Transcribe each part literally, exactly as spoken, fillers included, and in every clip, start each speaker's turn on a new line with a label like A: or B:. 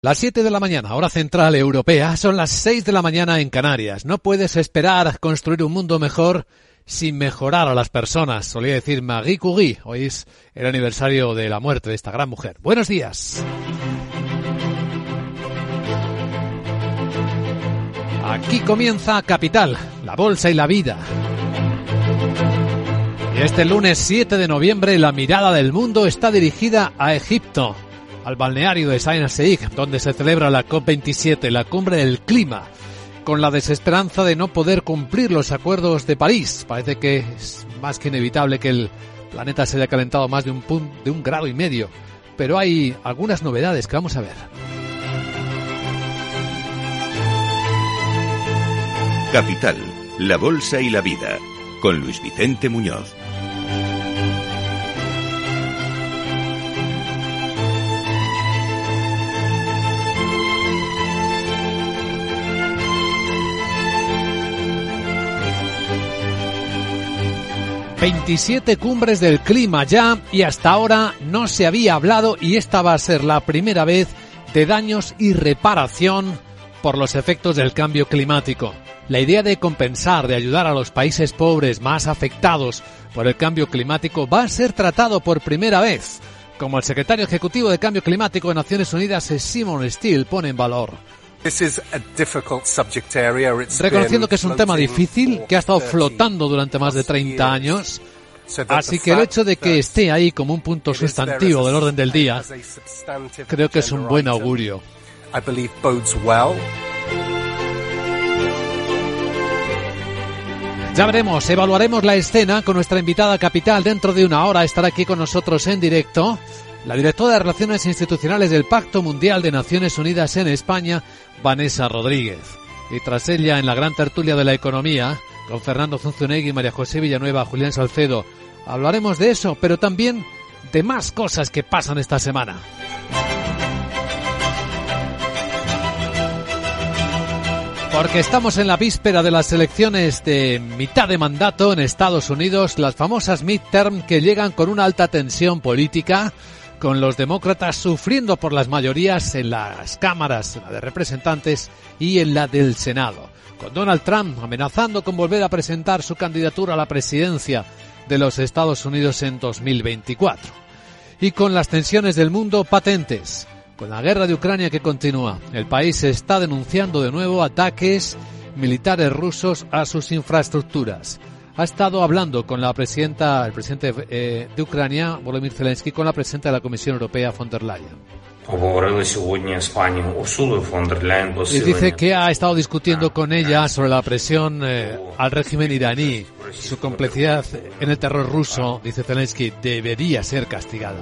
A: Las siete de la mañana, hora central europea, son las seis de la mañana en Canarias. No puedes esperar a construir un mundo mejor sin mejorar a las personas, solía decir Marie Curie. Hoy es el aniversario de la muerte de esta gran mujer. Buenos días. Aquí comienza Capital, la bolsa y la vida. Y este lunes siete de noviembre la mirada del mundo está dirigida a Egipto, al balneario de Sharm el-Sheikh, donde se celebra la COP veintisiete, la cumbre del clima, con la desesperanza de no poder cumplir los acuerdos de París. Parece que es más que inevitable que el planeta se haya calentado más de un punto, de un grado y medio, pero hay algunas novedades que vamos a ver.
B: Capital, la bolsa y la vida, con Luis Vicente Muñoz.
A: veintisiete cumbres del clima ya, y hasta ahora no se había hablado, y esta va a ser la primera vez, de daños y reparación por los efectos del cambio climático. La idea de compensar, de ayudar a los países pobres más afectados por el cambio climático va a ser tratado por primera vez, como el secretario ejecutivo de Cambio Climático de Naciones Unidas, Simon Still, pone en valor. Reconociendo que es un tema difícil, que ha estado flotando durante más de treinta años, así que el hecho de que esté ahí como un punto sustantivo del orden del día, creo que es un buen augurio. Ya veremos, evaluaremos la escena con nuestra invitada Capital. Dentro de una hora estará aquí con nosotros en directo la directora de Relaciones Institucionales del Pacto Mundial de Naciones Unidas en España, Vanessa Rodríguez. Y tras ella, en la gran tertulia de la economía, con Fernando Zunzunegui, María José Villanueva, Julián Salcedo, hablaremos de eso, pero también de más cosas que pasan esta semana. Porque estamos en la víspera de las elecciones de mitad de mandato en Estados Unidos, las famosas midterm, que llegan con una alta tensión política, con los demócratas sufriendo por las mayorías en las cámaras, en la de representantes y en la del Senado, con Donald Trump amenazando con volver a presentar su candidatura a la presidencia de los Estados Unidos en dos mil veinticuatro. Y con las tensiones del mundo patentes, con la guerra de Ucrania que continúa. El país está denunciando de nuevo ataques militares rusos a sus infraestructuras. Ha estado hablando con la presidenta, el presidente eh, de Ucrania, Volodymyr Zelensky, con la presidenta de la Comisión Europea, von der Leyen. Y dice que ha estado discutiendo con ella sobre la presión eh, al régimen iraní. Su complicidad en el terror ruso, dice Zelensky, debería ser castigada.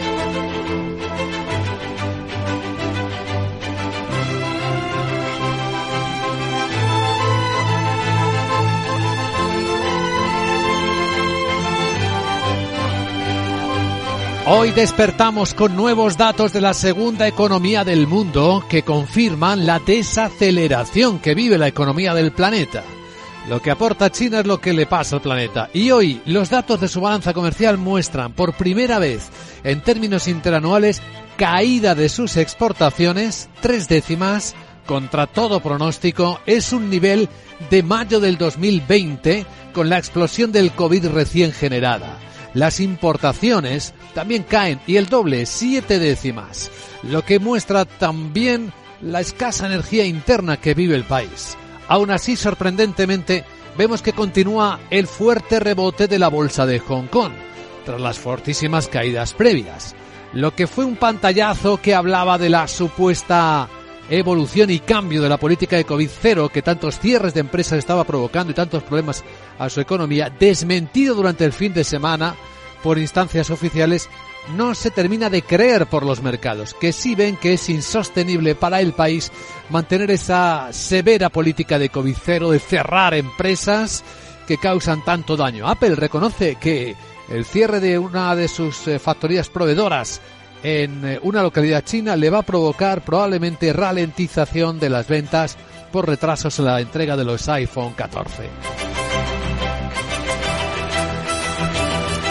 A: Hoy despertamos con nuevos datos de la segunda economía del mundo que confirman la desaceleración que vive la economía del planeta. Lo que aporta China es lo que le pasa al planeta. Y hoy los datos de su balanza comercial muestran por primera vez, en términos interanuales, caída de sus exportaciones, tres décimas, contra todo pronóstico. Es un nivel de mayo del dos mil veinte, con la explosión del COVID recién generada. Las importaciones también caen, y el doble, siete décimas, lo que muestra también la escasa energía interna que vive el país. Aún así, sorprendentemente, vemos que continúa el fuerte rebote de la bolsa de Hong Kong, tras las fortísimas caídas previas. Lo que fue un pantallazo que hablaba de la supuesta evolución y cambio de la política de COVID cero que tantos cierres de empresas estaba provocando y tantos problemas a su economía, desmentido durante el fin de semana por instancias oficiales, no se termina de creer por los mercados, que sí ven que es insostenible para el país mantener esa severa política de COVID cero, de cerrar empresas que causan tanto daño. Apple reconoce que el cierre de una de sus eh, factorías proveedoras en una localidad china le va a provocar probablemente ralentización de las ventas por retrasos en la entrega de los iPhone catorce.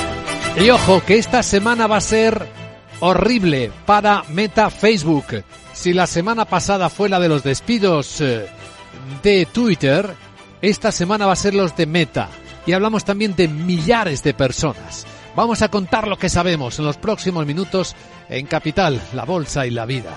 A: Y ojo, que esta semana va a ser horrible para Meta Facebook. Si la semana pasada fue la de los despidos eh, de Twitter, esta semana va a ser los de Meta. Y hablamos también de millares de personas. Vamos a contar lo que sabemos en los próximos minutos en Capital, la Bolsa y la Vida.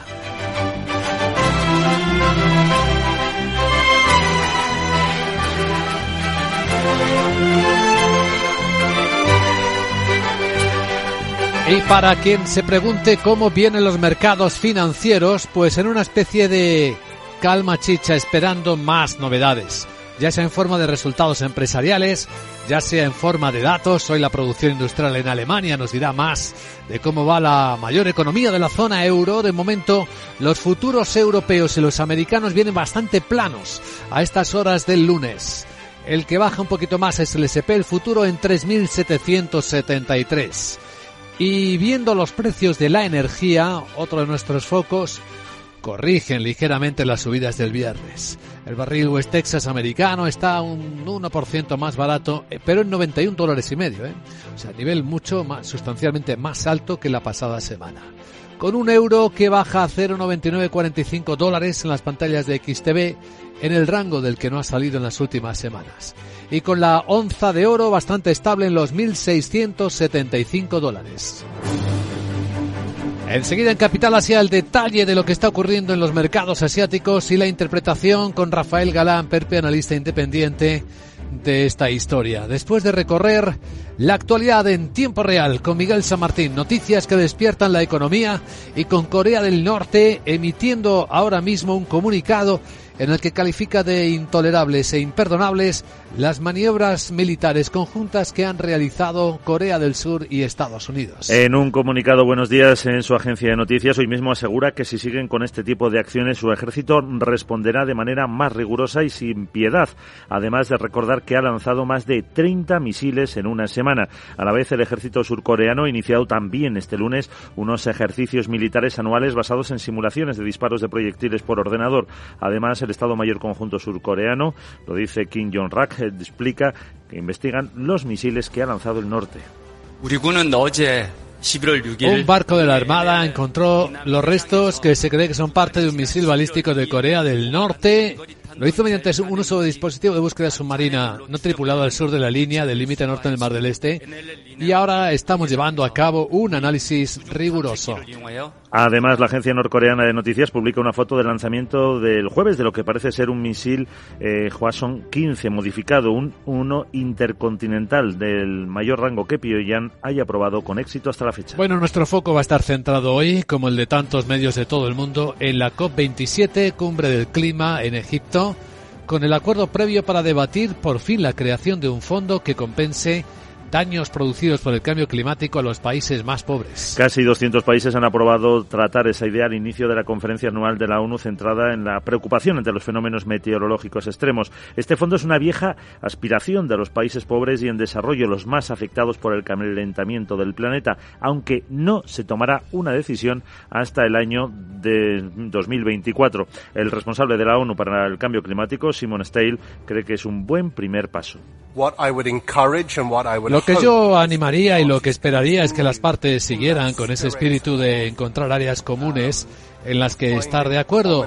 A: Y para quien se pregunte cómo vienen los mercados financieros, pues en una especie de calma chicha esperando más novedades, ya sea en forma de resultados empresariales, ya sea en forma de datos. Hoy la producción industrial en Alemania nos dirá más de cómo va la mayor economía de la zona euro. De momento, los futuros europeos y los americanos vienen bastante planos a estas horas del lunes. El que baja un poquito más es el ese and pe, el futuro en tres mil setecientos setenta y tres. Y viendo los precios de la energía, otro de nuestros focos, corrigen ligeramente las subidas del viernes. El barril West Texas americano está un uno por ciento más barato, pero en noventa y un dólares y medio, ¿eh? O sea, a nivel mucho más, sustancialmente más alto que la pasada semana. Con un euro que baja a cero coma noventa y nueve cuarenta y cinco dólares en las pantallas de X T V, en el rango del que no ha salido en las últimas semanas. Y con la onza de oro bastante estable en los mil seiscientos setenta y cinco dólares. Enseguida en Capital Asia el detalle de lo que está ocurriendo en los mercados asiáticos y la interpretación con Rafael Galán, Perpe, analista independiente de esta historia. Después de recorrer la actualidad en tiempo real con Miguel San Martín, noticias que despiertan la economía, y con Corea del Norte emitiendo ahora mismo un comunicado en el que califica de intolerables e imperdonables las maniobras militares conjuntas que han realizado Corea del Sur y Estados Unidos.
C: En un comunicado, buenos días, en su agencia de noticias, hoy mismo asegura que si siguen con este tipo de acciones, su ejército responderá de manera más rigurosa y sin piedad, además de recordar que ha lanzado más de treinta misiles en una semana. A la vez, el ejército surcoreano ha iniciado también este lunes unos ejercicios militares anuales basados en simulaciones de disparos de proyectiles por ordenador. Además, el Estado Mayor Conjunto surcoreano, lo dice Kim Jong-rak, explica que investigan los misiles que ha lanzado el norte.
A: Un barco de la Armada encontró los restos que se cree que son parte de un misil balístico de Corea del Norte. Lo hizo mediante un uso de dispositivo de búsqueda submarina no tripulado al sur de la línea del límite norte del Mar del Este, y ahora estamos llevando a cabo un análisis riguroso.
C: Además, la agencia norcoreana de noticias publica una foto del lanzamiento del jueves de lo que parece ser un misil eh, Hwasong quince modificado, un uno intercontinental del mayor rango que Pyongyang haya probado con éxito hasta la fecha.
A: Bueno, nuestro foco va a estar centrado hoy, como el de tantos medios de todo el mundo, en la COP veintisiete, Cumbre del Clima en Egipto, con el acuerdo previo para debatir por fin la creación de un fondo que compense daños producidos por el cambio climático a los países más pobres.
C: Casi doscientos países han aprobado tratar esa idea al inicio de la conferencia anual de la ONU centrada en la preocupación ante los fenómenos meteorológicos extremos. Este fondo es una vieja aspiración de los países pobres y en desarrollo, los más afectados por el calentamiento del planeta, aunque no se tomará una decisión hasta el año de dos mil veinticuatro. El responsable de la ONU para el cambio climático, Simon Stale, cree que es un buen primer paso.
A: Lo que yo animaría y lo que esperaría es que las partes siguieran con ese espíritu de encontrar áreas comunes en las que estar de acuerdo.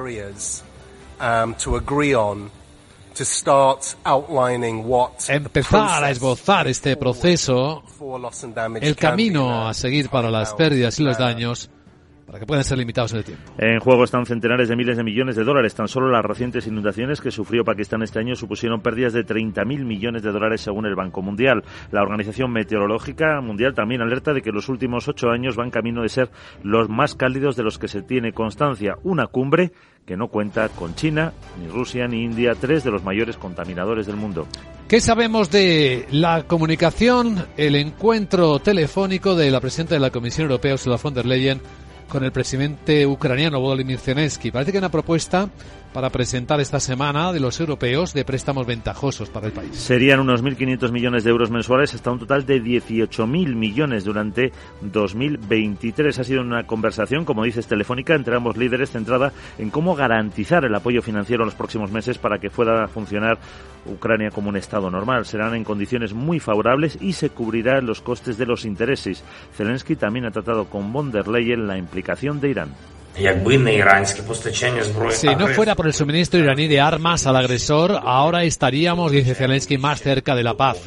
A: Empezar a esbozar este proceso, el camino a seguir para las pérdidas y los daños, para que puedan ser limitados en el tiempo.
C: En juego están centenares de miles de millones de dólares. Tan solo las recientes inundaciones que sufrió Pakistán este año supusieron pérdidas de treinta mil millones de dólares según el Banco Mundial. La Organización Meteorológica Mundial también alerta de que los últimos ocho años van camino de ser los más cálidos de los que se tiene constancia. Una cumbre que no cuenta con China, ni Rusia, ni India, tres de los mayores contaminadores del mundo.
A: ¿Qué sabemos de la comunicación, el encuentro telefónico de la presidenta de la Comisión Europea, Ursula von der Leyen, con el presidente ucraniano Volodymyr Zelensky? Parece que hay una propuesta para presentar esta semana de los europeos de préstamos ventajosos para el país.
C: Serían unos mil quinientos millones de euros mensuales hasta un total de dieciocho mil millones durante dos mil veintitrés. Ha sido una conversación, como dices, telefónica entre ambos líderes centrada en cómo garantizar el apoyo financiero en los próximos meses para que pueda funcionar Ucrania como un Estado normal. Serán en condiciones muy favorables y se cubrirán los costes de los intereses. Zelensky también ha tratado con von der Leyen la implicación de Irán.
A: Si no fuera por el suministro iraní de armas al agresor, ahora estaríamos, dice Zelensky, más cerca de la paz.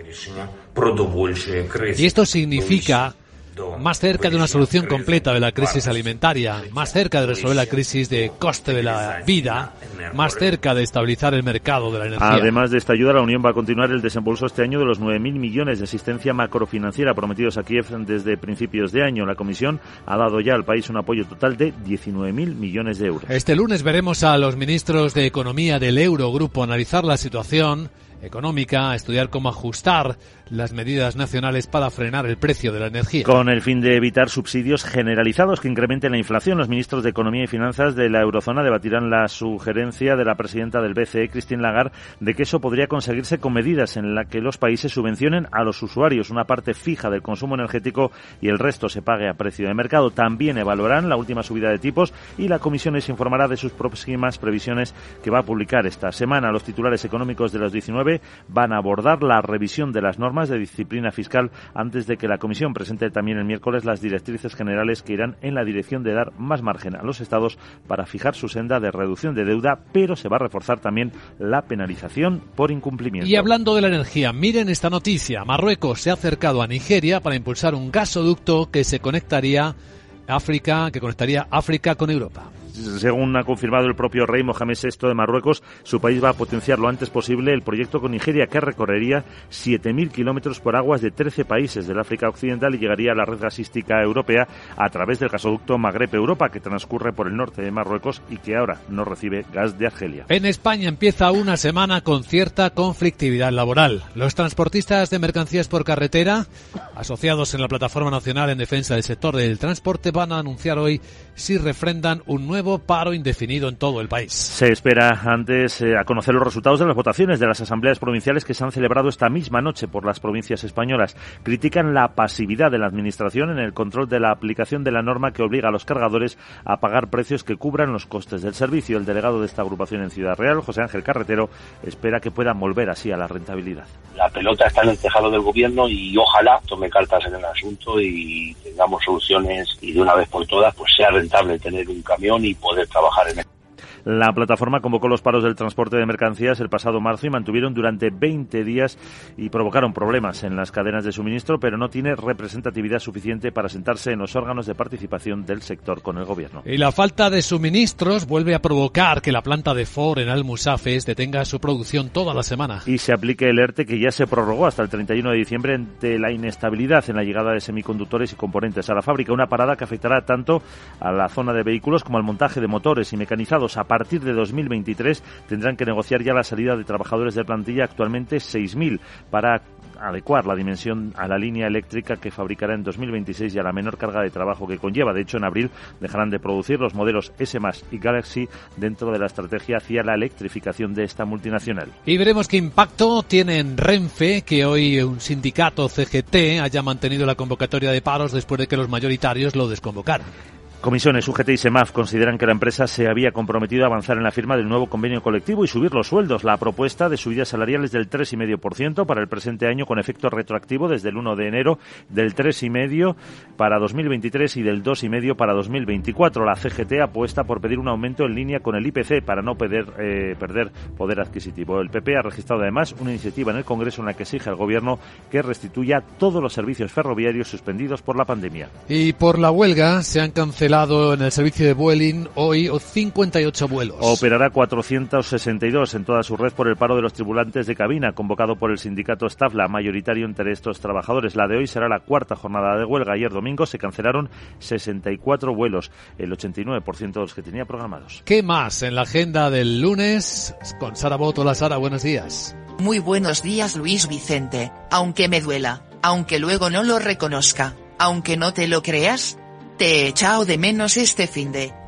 A: Y esto significa más cerca de una solución completa de la crisis alimentaria, más cerca de resolver la crisis de coste de la vida, más cerca de estabilizar el mercado de la energía.
C: Además de esta ayuda, la Unión va a continuar el desembolso este año de los nueve mil millones de asistencia macrofinanciera prometidos a Kiev desde principios de año. La Comisión ha dado ya al país un apoyo total de diecinueve mil millones de euros.
A: Este lunes veremos a los ministros de Economía del Eurogrupo analizar la situación económica, estudiar cómo ajustar las medidas nacionales para frenar el precio de la energía.
C: Con el fin de evitar subsidios generalizados que incrementen la inflación, los ministros de Economía y Finanzas de la Eurozona debatirán la sugerencia de la presidenta del B C E, Christine Lagarde, de que eso podría conseguirse con medidas en las que los países subvencionen a los usuarios una parte fija del consumo energético y el resto se pague a precio de mercado. También evaluarán la última subida de tipos y la Comisión les informará de sus próximas previsiones que va a publicar esta semana. Los titulares económicos de los diecinueve van a abordar la revisión de las normas de disciplina fiscal antes de que la Comisión presente también el miércoles las directrices generales que irán en la dirección de dar más margen a los Estados para fijar su senda de reducción de deuda, pero se va a reforzar también la penalización por incumplimiento.
A: Y hablando de la energía, miren esta noticia. Marruecos se ha acercado a Nigeria para impulsar un gasoducto que se conectaría África, que conectaría África con Europa.
C: Según ha confirmado el propio rey Mohamed sexto de Marruecos, su país va a potenciar lo antes posible el proyecto con Nigeria, que recorrería siete mil kilómetros por aguas de trece países del África Occidental y llegaría a la red gasística europea a través del gasoducto Magreb-Europa, que transcurre por el norte de Marruecos y que ahora no recibe gas de Argelia.
A: En España empieza una semana con cierta conflictividad laboral. Los transportistas de mercancías por carretera, asociados en la Plataforma Nacional en Defensa del Sector del Transporte, van a anunciar hoy si refrendan un nuevo paro indefinido en todo el país.
C: Se espera antes eh, a conocer los resultados de las votaciones de las asambleas provinciales que se han celebrado esta misma noche por las provincias españolas. Critican la pasividad de la administración en el control de la aplicación de la norma que obliga a los cargadores a pagar precios que cubran los costes del servicio. El delegado de esta agrupación en Ciudad Real, José Ángel Carretero, espera que puedan volver así a la rentabilidad.
D: La pelota está en el tejado del gobierno y ojalá tome cartas en el asunto y tengamos soluciones y de una vez por todas pues sea rentable tener un camión y poder trabajar en él.
C: La plataforma convocó los paros del transporte de mercancías el pasado marzo y mantuvieron durante veinte días y provocaron problemas en las cadenas de suministro, pero no tiene representatividad suficiente para sentarse en los órganos de participación del sector con el gobierno.
A: Y la falta de suministros vuelve a provocar que la planta de Ford en Almusafes detenga su producción toda la semana.
C: Y se aplique el ERTE, que ya se prorrogó hasta el treinta y uno de diciembre ante la inestabilidad en la llegada de semiconductores y componentes a la fábrica. Una parada que afectará tanto a la zona de vehículos como al montaje de motores y mecanizados. A partir de dos mil veintitrés tendrán que negociar ya la salida de trabajadores de plantilla, actualmente seis mil, para adecuar la dimensión a la línea eléctrica que fabricará en dos mil veintiséis y a la menor carga de trabajo que conlleva. De hecho, en abril dejarán de producir los modelos S más y Galaxy dentro de la estrategia hacia la electrificación de esta multinacional.
A: Y veremos qué impacto tiene en Renfe que hoy un sindicato C G T haya mantenido la convocatoria de paros después de que los mayoritarios lo desconvocaran.
C: Comisiones, U G T y SEMAF consideran que la empresa se había comprometido a avanzar en la firma del nuevo convenio colectivo y subir los sueldos. La propuesta de subidas salariales del tres coma cinco por ciento para el presente año con efecto retroactivo desde el uno de enero, del tres coma cinco por ciento para dos mil veintitrés y del dos coma cinco por ciento para dos mil veinticuatro. La C G T apuesta por pedir un aumento en línea con el I P C para no perder, eh, perder poder adquisitivo. El P P ha registrado además una iniciativa en el Congreso en la que exige al Gobierno que restituya todos los servicios ferroviarios suspendidos por la pandemia.
A: Y por la huelga se han cancelado en el servicio de Vueling hoy cincuenta y ocho vuelos.
C: Operará cuatrocientos sesenta y dos en toda su red por el paro de los tripulantes de cabina, convocado por el sindicato Stafla, mayoritario entre estos trabajadores. La de hoy será la cuarta jornada de huelga. Ayer domingo se cancelaron sesenta y cuatro vuelos, el ochenta y nueve por ciento de los que tenía programados.
A: ¿Qué más en la agenda del lunes? Con Sara Bot. Hola Sara, buenos días.
E: Muy buenos días, Luis Vicente. Aunque me duela, aunque luego no lo reconozca, aunque no te lo creas, te he echado de menos este finde.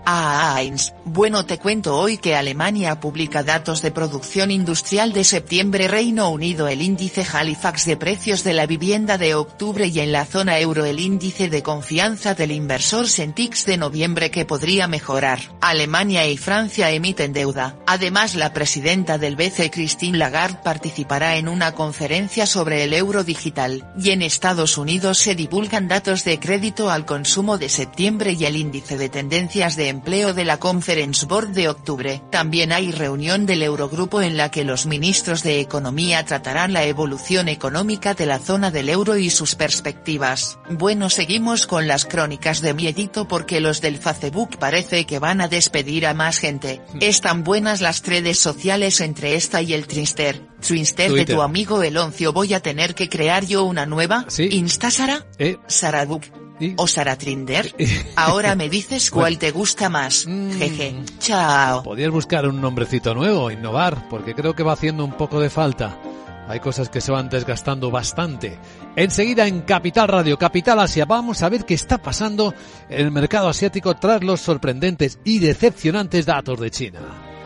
E: Ah, bueno, te cuento hoy que Alemania publica datos de producción industrial de septiembre, Reino Unido el índice Halifax de precios de la vivienda de octubre y en la zona euro el índice de confianza del inversor Sentix de noviembre que podría mejorar. Alemania y Francia emiten deuda. Además, la presidenta del B C E Christine Lagarde participará en una conferencia sobre el euro digital. Y en Estados Unidos se divulgan datos de crédito al consumo de septiembre y el índice de tendencias de empleo de la Conference Board de octubre. También hay reunión del Eurogrupo en la que los ministros de Economía tratarán la evolución económica de la zona del euro y sus perspectivas. Bueno, seguimos con las crónicas de miedito porque los del Facebook parece que van a despedir a más gente. Están buenas las redes sociales entre esta y el Twitter. Twitter de tu amigo Eloncio. Voy a tener que crear yo una nueva.
A: ¿Sí?
E: ¿Instasara?
A: ¿Eh?
E: ¿Saraduc?
A: ¿Y?
E: ¿O Saratrinder? Ahora me dices cuál te gusta más. Jeje. Chao.
A: Podrías buscar un nombrecito nuevo, innovar, porque creo que va haciendo un poco de falta. Hay cosas que se van desgastando bastante. Enseguida en Capital Radio, Capital Asia, vamos a ver qué está pasando en el mercado asiático tras los sorprendentes y decepcionantes datos de China.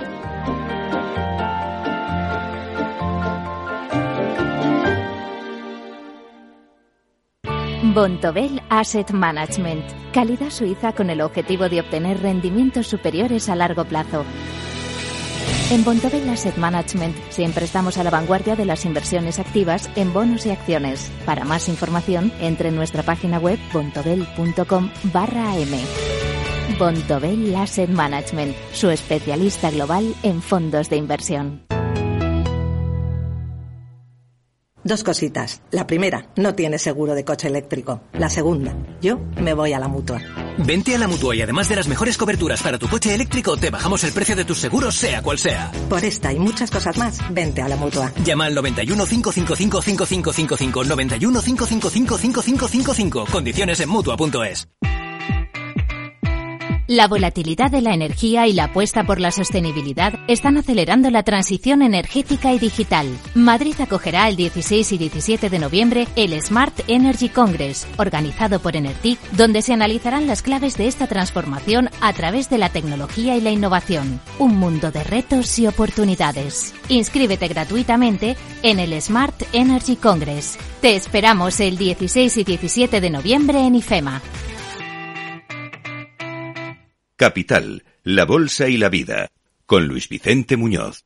F: Bontobel Asset Management, calidad suiza con el objetivo de obtener rendimientos superiores a largo plazo. En Bontobel Asset Management siempre estamos a la vanguardia de las inversiones activas en bonos y acciones. Para más información, entre en nuestra página web bontobel punto com barra am. Bontobel Asset Management, su especialista global en fondos de inversión.
G: Dos cositas. La primera, no tienes seguro de coche eléctrico. La segunda, yo me voy a la Mutua.
H: Vente a la Mutua y además de las mejores coberturas para tu coche eléctrico, te bajamos el precio de tus seguros, sea cual sea.
G: Por esta y muchas cosas más, vente a la Mutua.
H: Llama al noventa y uno, cinco cinco cinco, cinco cinco cinco cinco, noventa y uno, cinco cinco cinco, cinco cinco cinco cinco. Condiciones en Mutua punto es.
F: La volatilidad de la energía y la apuesta por la sostenibilidad están acelerando la transición energética y digital. Madrid acogerá el dieciséis y diecisiete de noviembre el Smart Energy Congress, organizado por Enertic, donde se analizarán las claves de esta transformación a través de la tecnología y la innovación. Un mundo de retos y oportunidades. Inscríbete gratuitamente en el Smart Energy Congress. Te esperamos el dieciséis y diecisiete de noviembre en IFEMA.
B: Capital, la bolsa y la vida, con Luis Vicente Muñoz.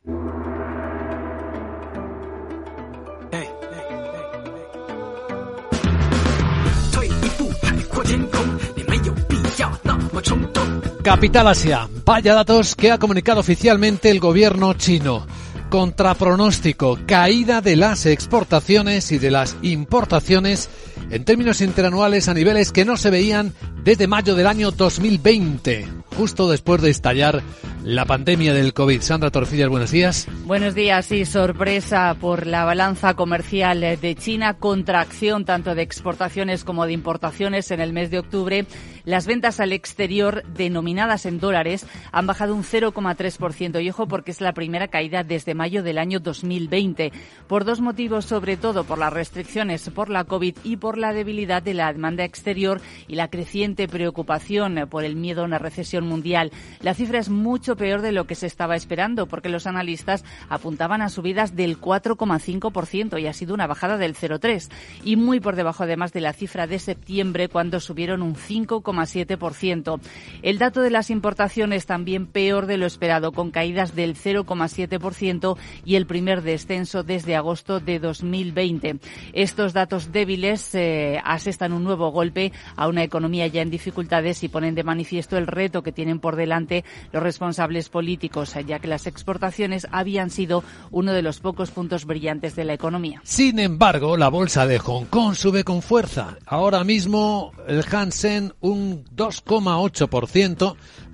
A: Capital Asia, vaya datos que ha comunicado oficialmente el gobierno chino. Contra pronóstico, caída de las exportaciones y de las importaciones en términos interanuales a niveles que no se veían desde mayo del año dos mil veinte, justo después de estallar la pandemia del COVID. Sandra Torrecillas, buenos días.
I: Buenos días, sí, sorpresa por la balanza comercial de China, contracción tanto de exportaciones como de importaciones en el mes de octubre. Las ventas al exterior denominadas en dólares han bajado un cero coma tres por ciento y ojo porque es la primera caída desde mayo del año dos mil veinte, por dos motivos, sobre todo por las restricciones por la COVID y por la debilidad de la demanda exterior y la creciente preocupación por el miedo a una recesión mundial. La cifra es mucho peor de lo que se estaba esperando porque los analistas apuntaban a subidas del cuatro coma cinco por ciento y ha sido una bajada del cero coma tres por ciento y muy por debajo además de la cifra de septiembre cuando subieron un cinco coma siete por ciento. El dato de las importaciones también peor de lo esperado, con caídas del cero coma siete por ciento y el primer descenso desde agosto de dos mil veinte. Estos datos débiles eh, asestan un nuevo golpe a una economía ya en dificultades y ponen de manifiesto el reto que tienen por delante los responsables políticos, ya que las exportaciones habían sido uno de los pocos puntos brillantes de la economía.
A: Sin embargo, la bolsa de Hong Kong sube con fuerza. Ahora mismo el Hang Seng un dos coma ocho por ciento,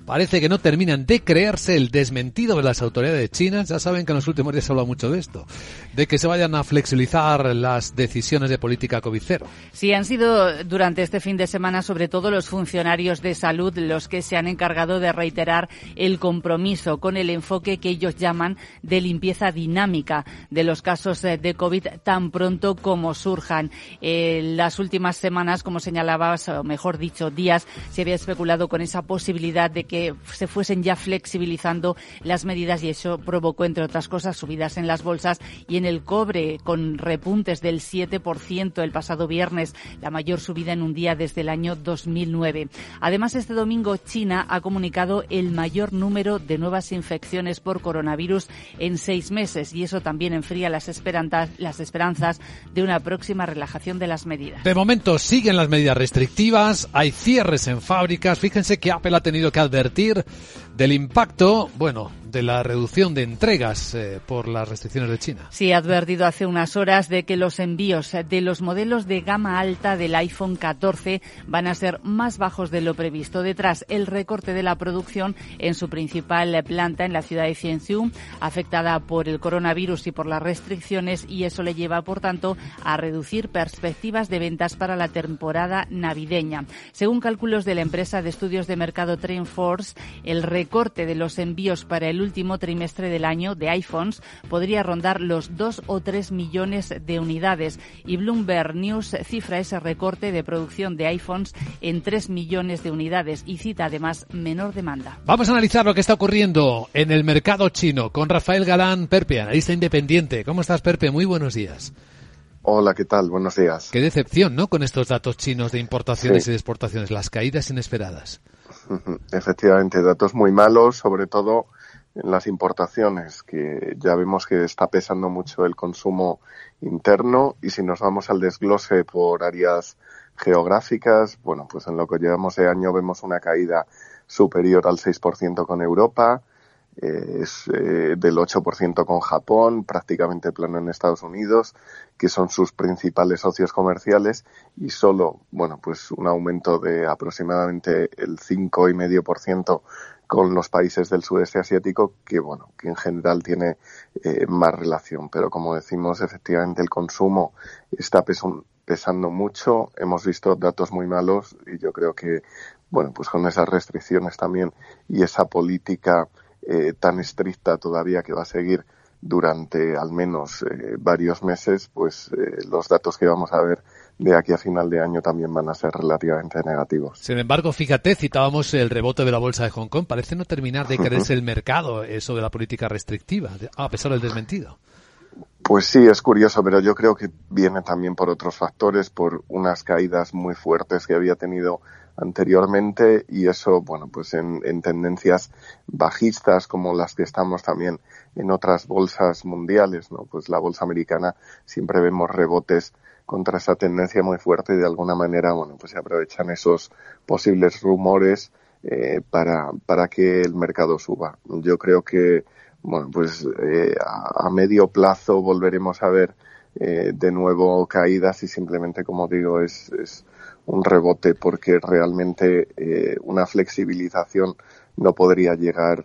A: parece que no terminan de creerse el desmentido de las autoridades chinas. Ya saben que en los últimos días se ha hablado mucho de esto, de que se vayan a flexibilizar las decisiones de política COVID cero.
I: Sí, han sido durante este fin de semana sobre todo los funcionarios de salud los que se han encargado de reiterar el compromiso con el enfoque que ellos llaman de limpieza dinámica de los casos de COVID tan pronto como surjan. En las últimas semanas, como señalabas, o mejor dicho, días, se había especulado con esa posibilidad de que se fuesen ya flexibilizando las medidas y eso provocó, entre otras cosas, subidas en las bolsas y en el cobre, con repuntes del siete por ciento el pasado viernes, la mayor subida en un día desde el año dos mil nueve. Además, este domingo China ha comunicado el mayor número de nuevas infecciones por coronavirus en seis meses y eso también enfría las esperanzas, las esperanzas de una próxima relajación de las medidas.
A: De momento siguen las medidas restrictivas, hay cierres en fábricas. Fíjense que Apple ha tenido que advertir del impacto, bueno, de la reducción de entregas eh, por las restricciones de China.
I: Sí, ha advertido hace unas horas de que los envíos de los modelos de gama alta del iPhone catorce van a ser más bajos de lo previsto. Detrás, el recorte de la producción en su principal planta en la ciudad de Hsinchu, afectada por el coronavirus y por las restricciones, y eso le lleva, por tanto, a reducir perspectivas de ventas para la temporada navideña. Según cálculos de la empresa de estudios de mercado TrendForce, el recorte de los envíos para el último trimestre del año de iPhones podría rondar los dos o tres millones de unidades y Bloomberg News cifra ese recorte de producción de iPhones en tres millones de unidades y cita además menor demanda.
A: Vamos a analizar lo que está ocurriendo en el mercado chino con Rafael Galán Perpe, analista independiente. ¿Cómo estás, Perpe? Muy buenos días.
J: Hola, ¿qué tal? Buenos días.
A: Qué decepción, ¿no?, con estos datos chinos de importaciones
J: sí.
A: y de exportaciones, las caídas inesperadas.
J: Efectivamente, datos muy malos, sobre todo en las importaciones, que ya vemos que está pesando mucho el consumo interno, y si nos vamos al desglose por áreas geográficas, bueno, pues en lo que llevamos de año vemos una caída superior al seis por ciento con Europa, eh, es eh, del ocho por ciento con Japón, prácticamente plano en Estados Unidos, que son sus principales socios comerciales, y solo, bueno, pues un aumento de aproximadamente el cinco coma cinco por ciento con los países del sudeste asiático, que bueno, que en general tiene eh, más relación. Pero como decimos, efectivamente el consumo está peso, pesando mucho. Hemos visto datos muy malos y yo creo que, bueno, pues con esas restricciones también y esa política eh, tan estricta todavía que va a seguir durante al menos eh, varios meses, pues eh, los datos que vamos a ver de aquí a final de año también van a ser relativamente negativos.
A: Sin embargo, fíjate, citábamos el rebote de la bolsa de Hong Kong. Parece no terminar de creerse el mercado eso de la política restrictiva, a pesar del desmentido.
J: Pues sí, es curioso, pero yo creo que viene también por otros factores, por unas caídas muy fuertes que había tenido anteriormente, y eso, bueno, pues en, en tendencias bajistas como las que estamos también en otras bolsas mundiales, ¿no? Pues la bolsa americana siempre vemos rebotes contra esa tendencia muy fuerte y de alguna manera, bueno, pues se aprovechan esos posibles rumores eh, para, para que el mercado suba. Yo creo que, bueno, pues eh, a, a medio plazo volveremos a ver eh, de nuevo caídas y simplemente, como digo, es, es un rebote porque realmente eh, una flexibilización no podría llegar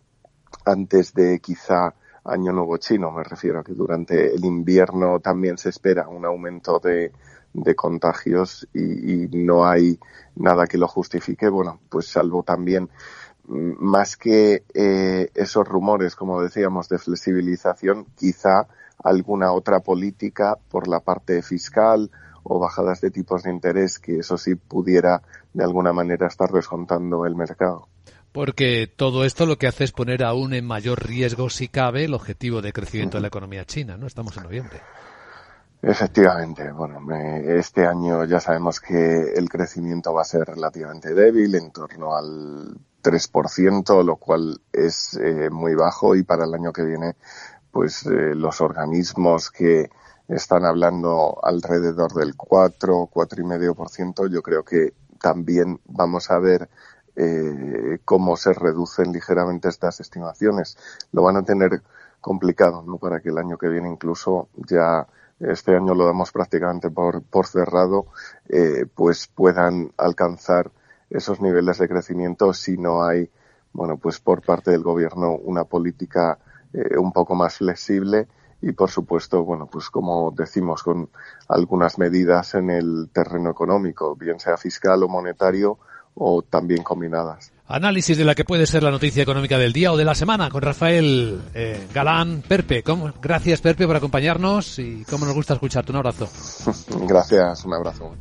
J: antes de quizá Año Nuevo Chino. Me refiero a que durante el invierno también se espera un aumento de, de contagios y, y no hay nada que lo justifique. Bueno, pues salvo también, más que eh, esos rumores, como decíamos, de flexibilización, quizá alguna otra política por la parte fiscal o bajadas de tipos de interés, que eso sí pudiera de alguna manera estar descontando el mercado.
A: Porque todo esto lo que hace es poner aún en mayor riesgo, si cabe, el objetivo de crecimiento de la economía china, ¿no? Estamos en noviembre.
J: Efectivamente. Bueno, este año ya sabemos que el crecimiento va a ser relativamente débil, en torno al tres por ciento, lo cual es eh, muy bajo, y para el año que viene, pues eh, los organismos que están hablando alrededor del cuatro, cuatro coma cinco por ciento, yo creo que también vamos a ver Eh, cómo se reducen ligeramente estas estimaciones. Lo van a tener complicado, ¿no? Para que el año que viene, incluso ya este año lo damos prácticamente por, por cerrado, eh, pues puedan alcanzar esos niveles de crecimiento si no hay bueno, pues por parte del gobierno una política eh, un poco más flexible y, por supuesto, bueno, pues como decimos, con algunas medidas en el terreno económico, bien sea fiscal o monetario o también combinadas.
A: Análisis de la que puede ser la noticia económica del día o de la semana con Rafael eh, Galán. Perpe, ¿cómo? Gracias, Perpe, por acompañarnos y cómo nos gusta escucharte. Un abrazo.
J: Gracias, un abrazo.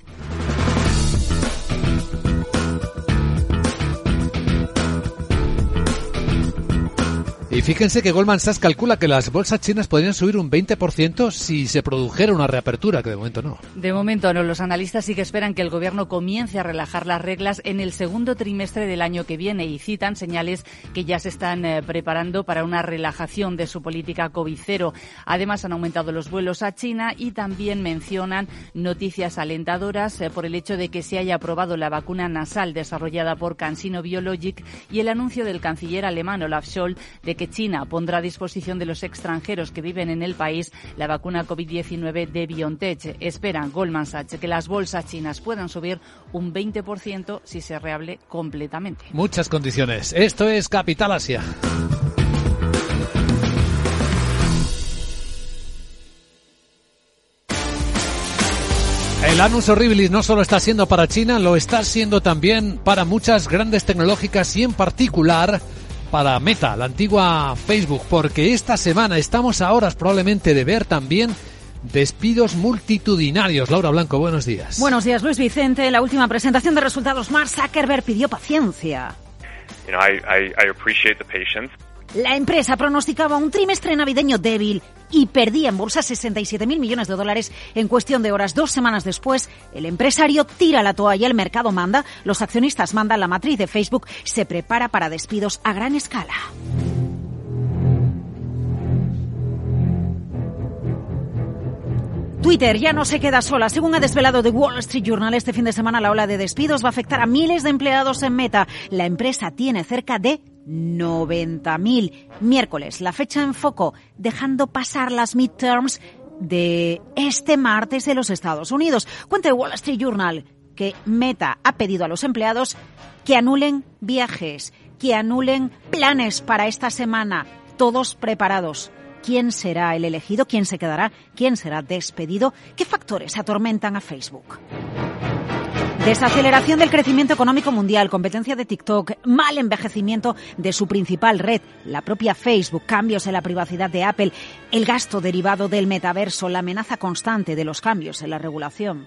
A: Y fíjense que Goldman Sachs calcula que las bolsas chinas podrían subir un veinte por ciento si se produjera una reapertura, que de momento no.
I: De momento no. Los analistas sí que esperan que el gobierno comience a relajar las reglas en el segundo trimestre del año que viene y citan señales que ya se están eh, preparando para una relajación de su política COVID cero. Además, han aumentado los vuelos a China y también mencionan noticias alentadoras eh, por el hecho de que se haya aprobado la vacuna nasal desarrollada por CanSino Biologic y el anuncio del canciller alemán Olaf Scholz de que China pondrá a disposición de los extranjeros que viven en el país la vacuna COVID diecinueve de BioNTech. Esperan Goldman Sachs que las bolsas chinas puedan subir un veinte por ciento si se reabre completamente.
A: Muchas condiciones. Esto es Capital Asia. El annus horribilis no solo está siendo para China, lo está siendo también para muchas grandes tecnológicas y en particular para Meta, la antigua Facebook, porque esta semana estamos a horas probablemente de ver también despidos multitudinarios. Laura Blanco, buenos días.
K: Buenos días, Luis Vicente. En la última presentación de resultados, Mark Zuckerberg pidió paciencia.
L: You know, I, I, I appreciate the patience.
K: La empresa pronosticaba un trimestre navideño débil y perdía en bolsa sesenta y siete mil millones de dólares en cuestión de horas. Dos semanas después, el empresario tira la toalla, el mercado manda, los accionistas mandan, la matriz de Facebook se prepara para despidos a gran escala. Twitter ya no se queda sola. Según ha desvelado The Wall Street Journal, este fin de semana la ola de despidos va a afectar a miles de empleados en Meta. La empresa tiene cerca de noventa mil. Miércoles, la fecha en foco, dejando pasar las midterms de este martes de los Estados Unidos. Cuenta The Wall Street Journal que Meta ha pedido a los empleados que anulen viajes, que anulen planes para esta semana, todos preparados. ¿Quién será el elegido? ¿Quién se quedará? ¿Quién será despedido? ¿Qué factores atormentan a Facebook? Desaceleración del crecimiento económico mundial, competencia de TikTok, mal envejecimiento de su principal red, la propia Facebook, cambios en la privacidad de Apple, el gasto derivado del metaverso, la amenaza constante de los cambios en la regulación.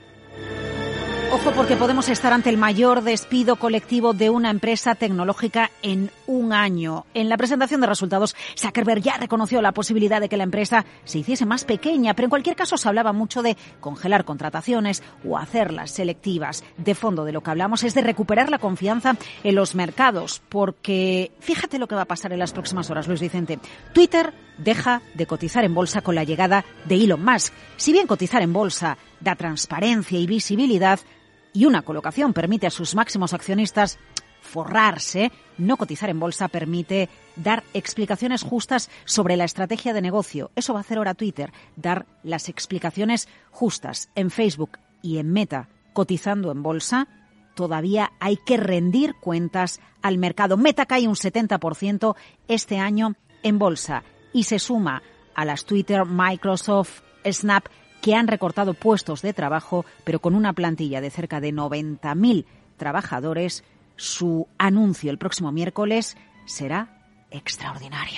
K: Ojo, porque podemos estar ante el mayor despido colectivo de una empresa tecnológica en un año. En la presentación de resultados, Zuckerberg ya reconoció la posibilidad de que la empresa se hiciese más pequeña, pero en cualquier caso se hablaba mucho de congelar contrataciones o hacerlas selectivas. De fondo, de lo que hablamos es de recuperar la confianza en los mercados, porque fíjate lo que va a pasar en las próximas horas, Luis Vicente. Twitter deja de cotizar en bolsa con la llegada de Elon Musk. Si bien cotizar en bolsa da transparencia y visibilidad, y una colocación permite a sus máximos accionistas forrarse, no cotizar en bolsa permite dar explicaciones justas sobre la estrategia de negocio. Eso va a hacer ahora Twitter, dar las explicaciones justas. En Facebook y en Meta, cotizando en bolsa, todavía hay que rendir cuentas al mercado. Meta cae un setenta por ciento este año en bolsa y se suma a las Twitter, Microsoft, Snap, que han recortado puestos de trabajo, pero con una plantilla de cerca de noventa mil trabajadores. Su anuncio el próximo miércoles será extraordinario.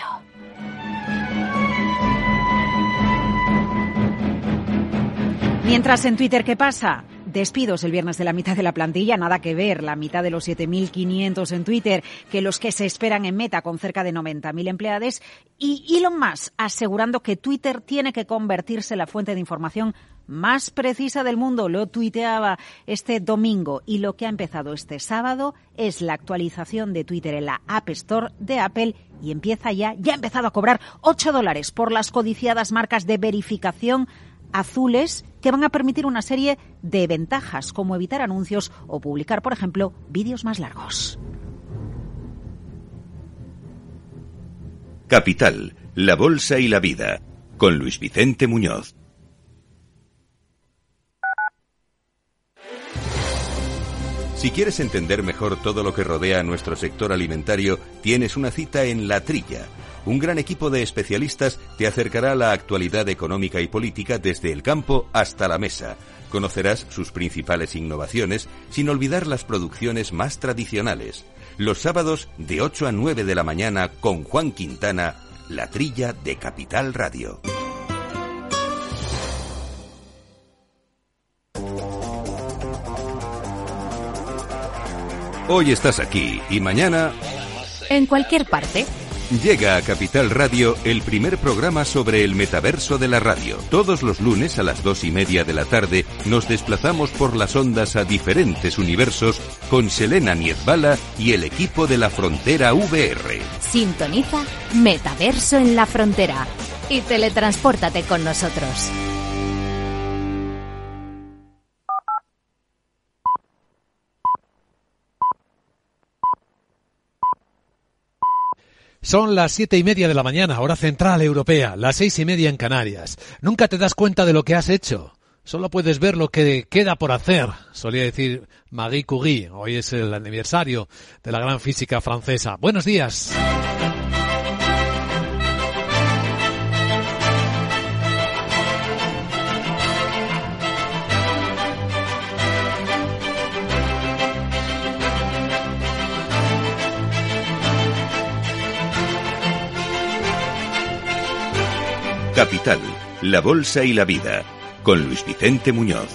K: Mientras en Twitter, ¿qué pasa? Despidos el viernes de la mitad de la plantilla, nada que ver, la mitad de los siete mil quinientos en Twitter que los que se esperan en Meta con cerca de noventa mil empleados, y Elon Musk asegurando que Twitter tiene que convertirse en la fuente de información más precisa del mundo. Lo tuiteaba este domingo y lo que ha empezado este sábado es la actualización de Twitter en la App Store de Apple y empieza ya, ya ha empezado a cobrar ocho dólares por las codiciadas marcas de verificación azules que van a permitir una serie de ventajas como evitar anuncios o publicar, por ejemplo, vídeos más largos.
B: Capital, la bolsa y la vida, con Luis Vicente Muñoz. Si quieres entender mejor todo lo que rodea a nuestro sector alimentario, tienes una cita en La Trilla. Un gran equipo de especialistas te acercará a la actualidad económica y política desde el campo hasta la mesa. Conocerás sus principales innovaciones, sin olvidar las producciones más tradicionales. Los sábados de ocho a nueve de la mañana con Juan Quintana, La Trilla de Capital Radio. Hoy estás aquí y mañana...
F: en cualquier parte.
B: Llega a Capital Radio el primer programa sobre el metaverso de la radio. Todos los lunes a las dos y media de la tarde nos desplazamos por las ondas a diferentes universos con Selena Niezbala y el equipo de La Frontera V R.
F: Sintoniza Metaverso en la Frontera y teletranspórtate con nosotros.
A: Son las siete y media de la mañana, hora central europea, las seis y media en Canarias. Nunca te das cuenta de lo que has hecho. Solo puedes ver lo que queda por hacer, solía decir Marie Curie. Hoy es el aniversario de la gran física francesa. Buenos días.
B: Capital, la bolsa y la vida, con Luis Vicente Muñoz.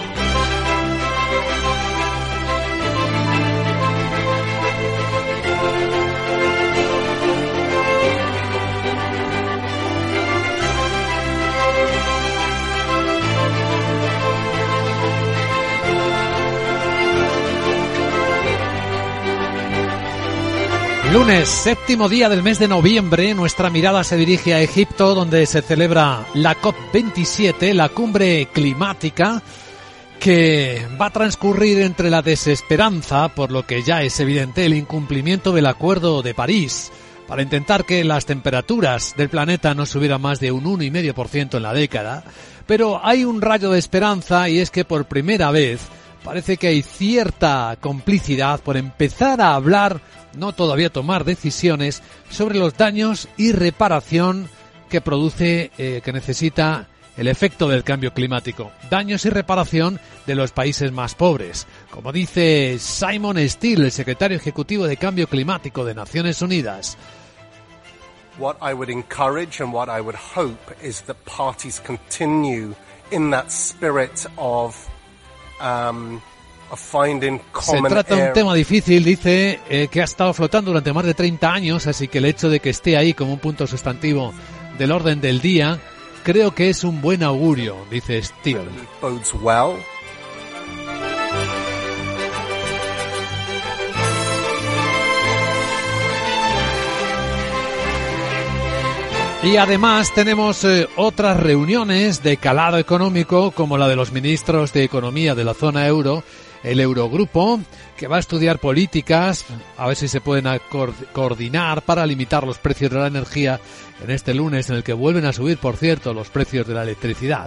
A: Lunes, séptimo día del mes de noviembre, nuestra mirada se dirige a Egipto, donde se celebra la COP veintisiete, la cumbre climática, que va a transcurrir entre la desesperanza, por lo que ya es evidente el incumplimiento del Acuerdo de París, para intentar que las temperaturas del planeta no subieran más de un uno coma cinco por ciento en la década. Pero hay un rayo de esperanza, y es que por primera vez parece que hay cierta complicidad por empezar a hablar, no todavía tomar decisiones, sobre los daños y reparación que produce, eh, que necesita el efecto del cambio climático. Daños y reparación de los países más pobres. Como dice Simon Steele, el secretario ejecutivo de Cambio Climático de Naciones Unidas.
M: What I would encourage and what I would hope is that parties continue in that spirit of um,
A: Se trata de un tema difícil, dice, eh, que ha estado flotando durante más de treinta años, así que el hecho de que esté ahí como un punto sustantivo del orden del día, creo que es un buen augurio, dice Steele. Y además tenemos eh, otras reuniones de calado económico, como la de los ministros de Economía de la zona euro, el Eurogrupo, que va a estudiar políticas, a ver si se pueden acord- coordinar para limitar los precios de la energía en este lunes, en el que vuelven a subir, por cierto, los precios de la electricidad.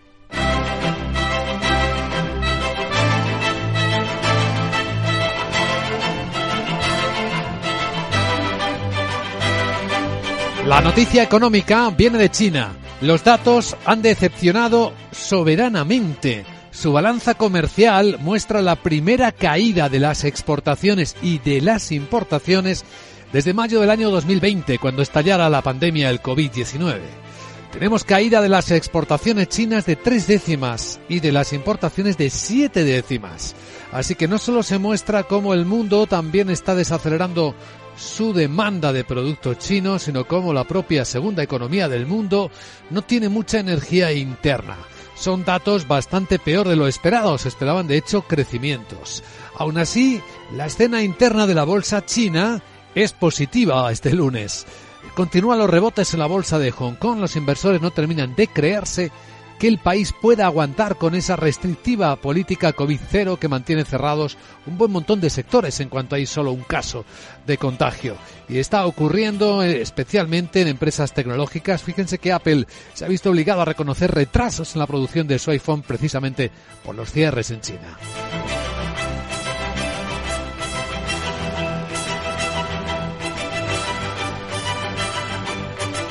A: La noticia económica viene de China. Los datos han decepcionado soberanamente. Su balanza comercial muestra la primera caída de las exportaciones y de las importaciones desde mayo del año dos mil veinte, cuando estallara la pandemia del covid diecinueve. Tenemos caída de las exportaciones chinas de tres décimas y de las importaciones de siete décimas. Así que no solo se muestra cómo el mundo también está desacelerando su demanda de productos chinos, sino cómo la propia segunda economía del mundo no tiene mucha energía interna. Son datos bastante peor de lo esperado, se esperaban de hecho crecimientos. Aún así, la escena interna de la bolsa china es positiva este lunes. Continúan los rebotes en la bolsa de Hong Kong, los inversores no terminan de creerse que el país pueda aguantar con esa restrictiva política COVID cero que mantiene cerrados un buen montón de sectores en cuanto hay solo un caso de contagio. Y está ocurriendo especialmente en empresas tecnológicas. Fíjense que Apple se ha visto obligado a reconocer retrasos en la producción de su iPhone precisamente por los cierres en China.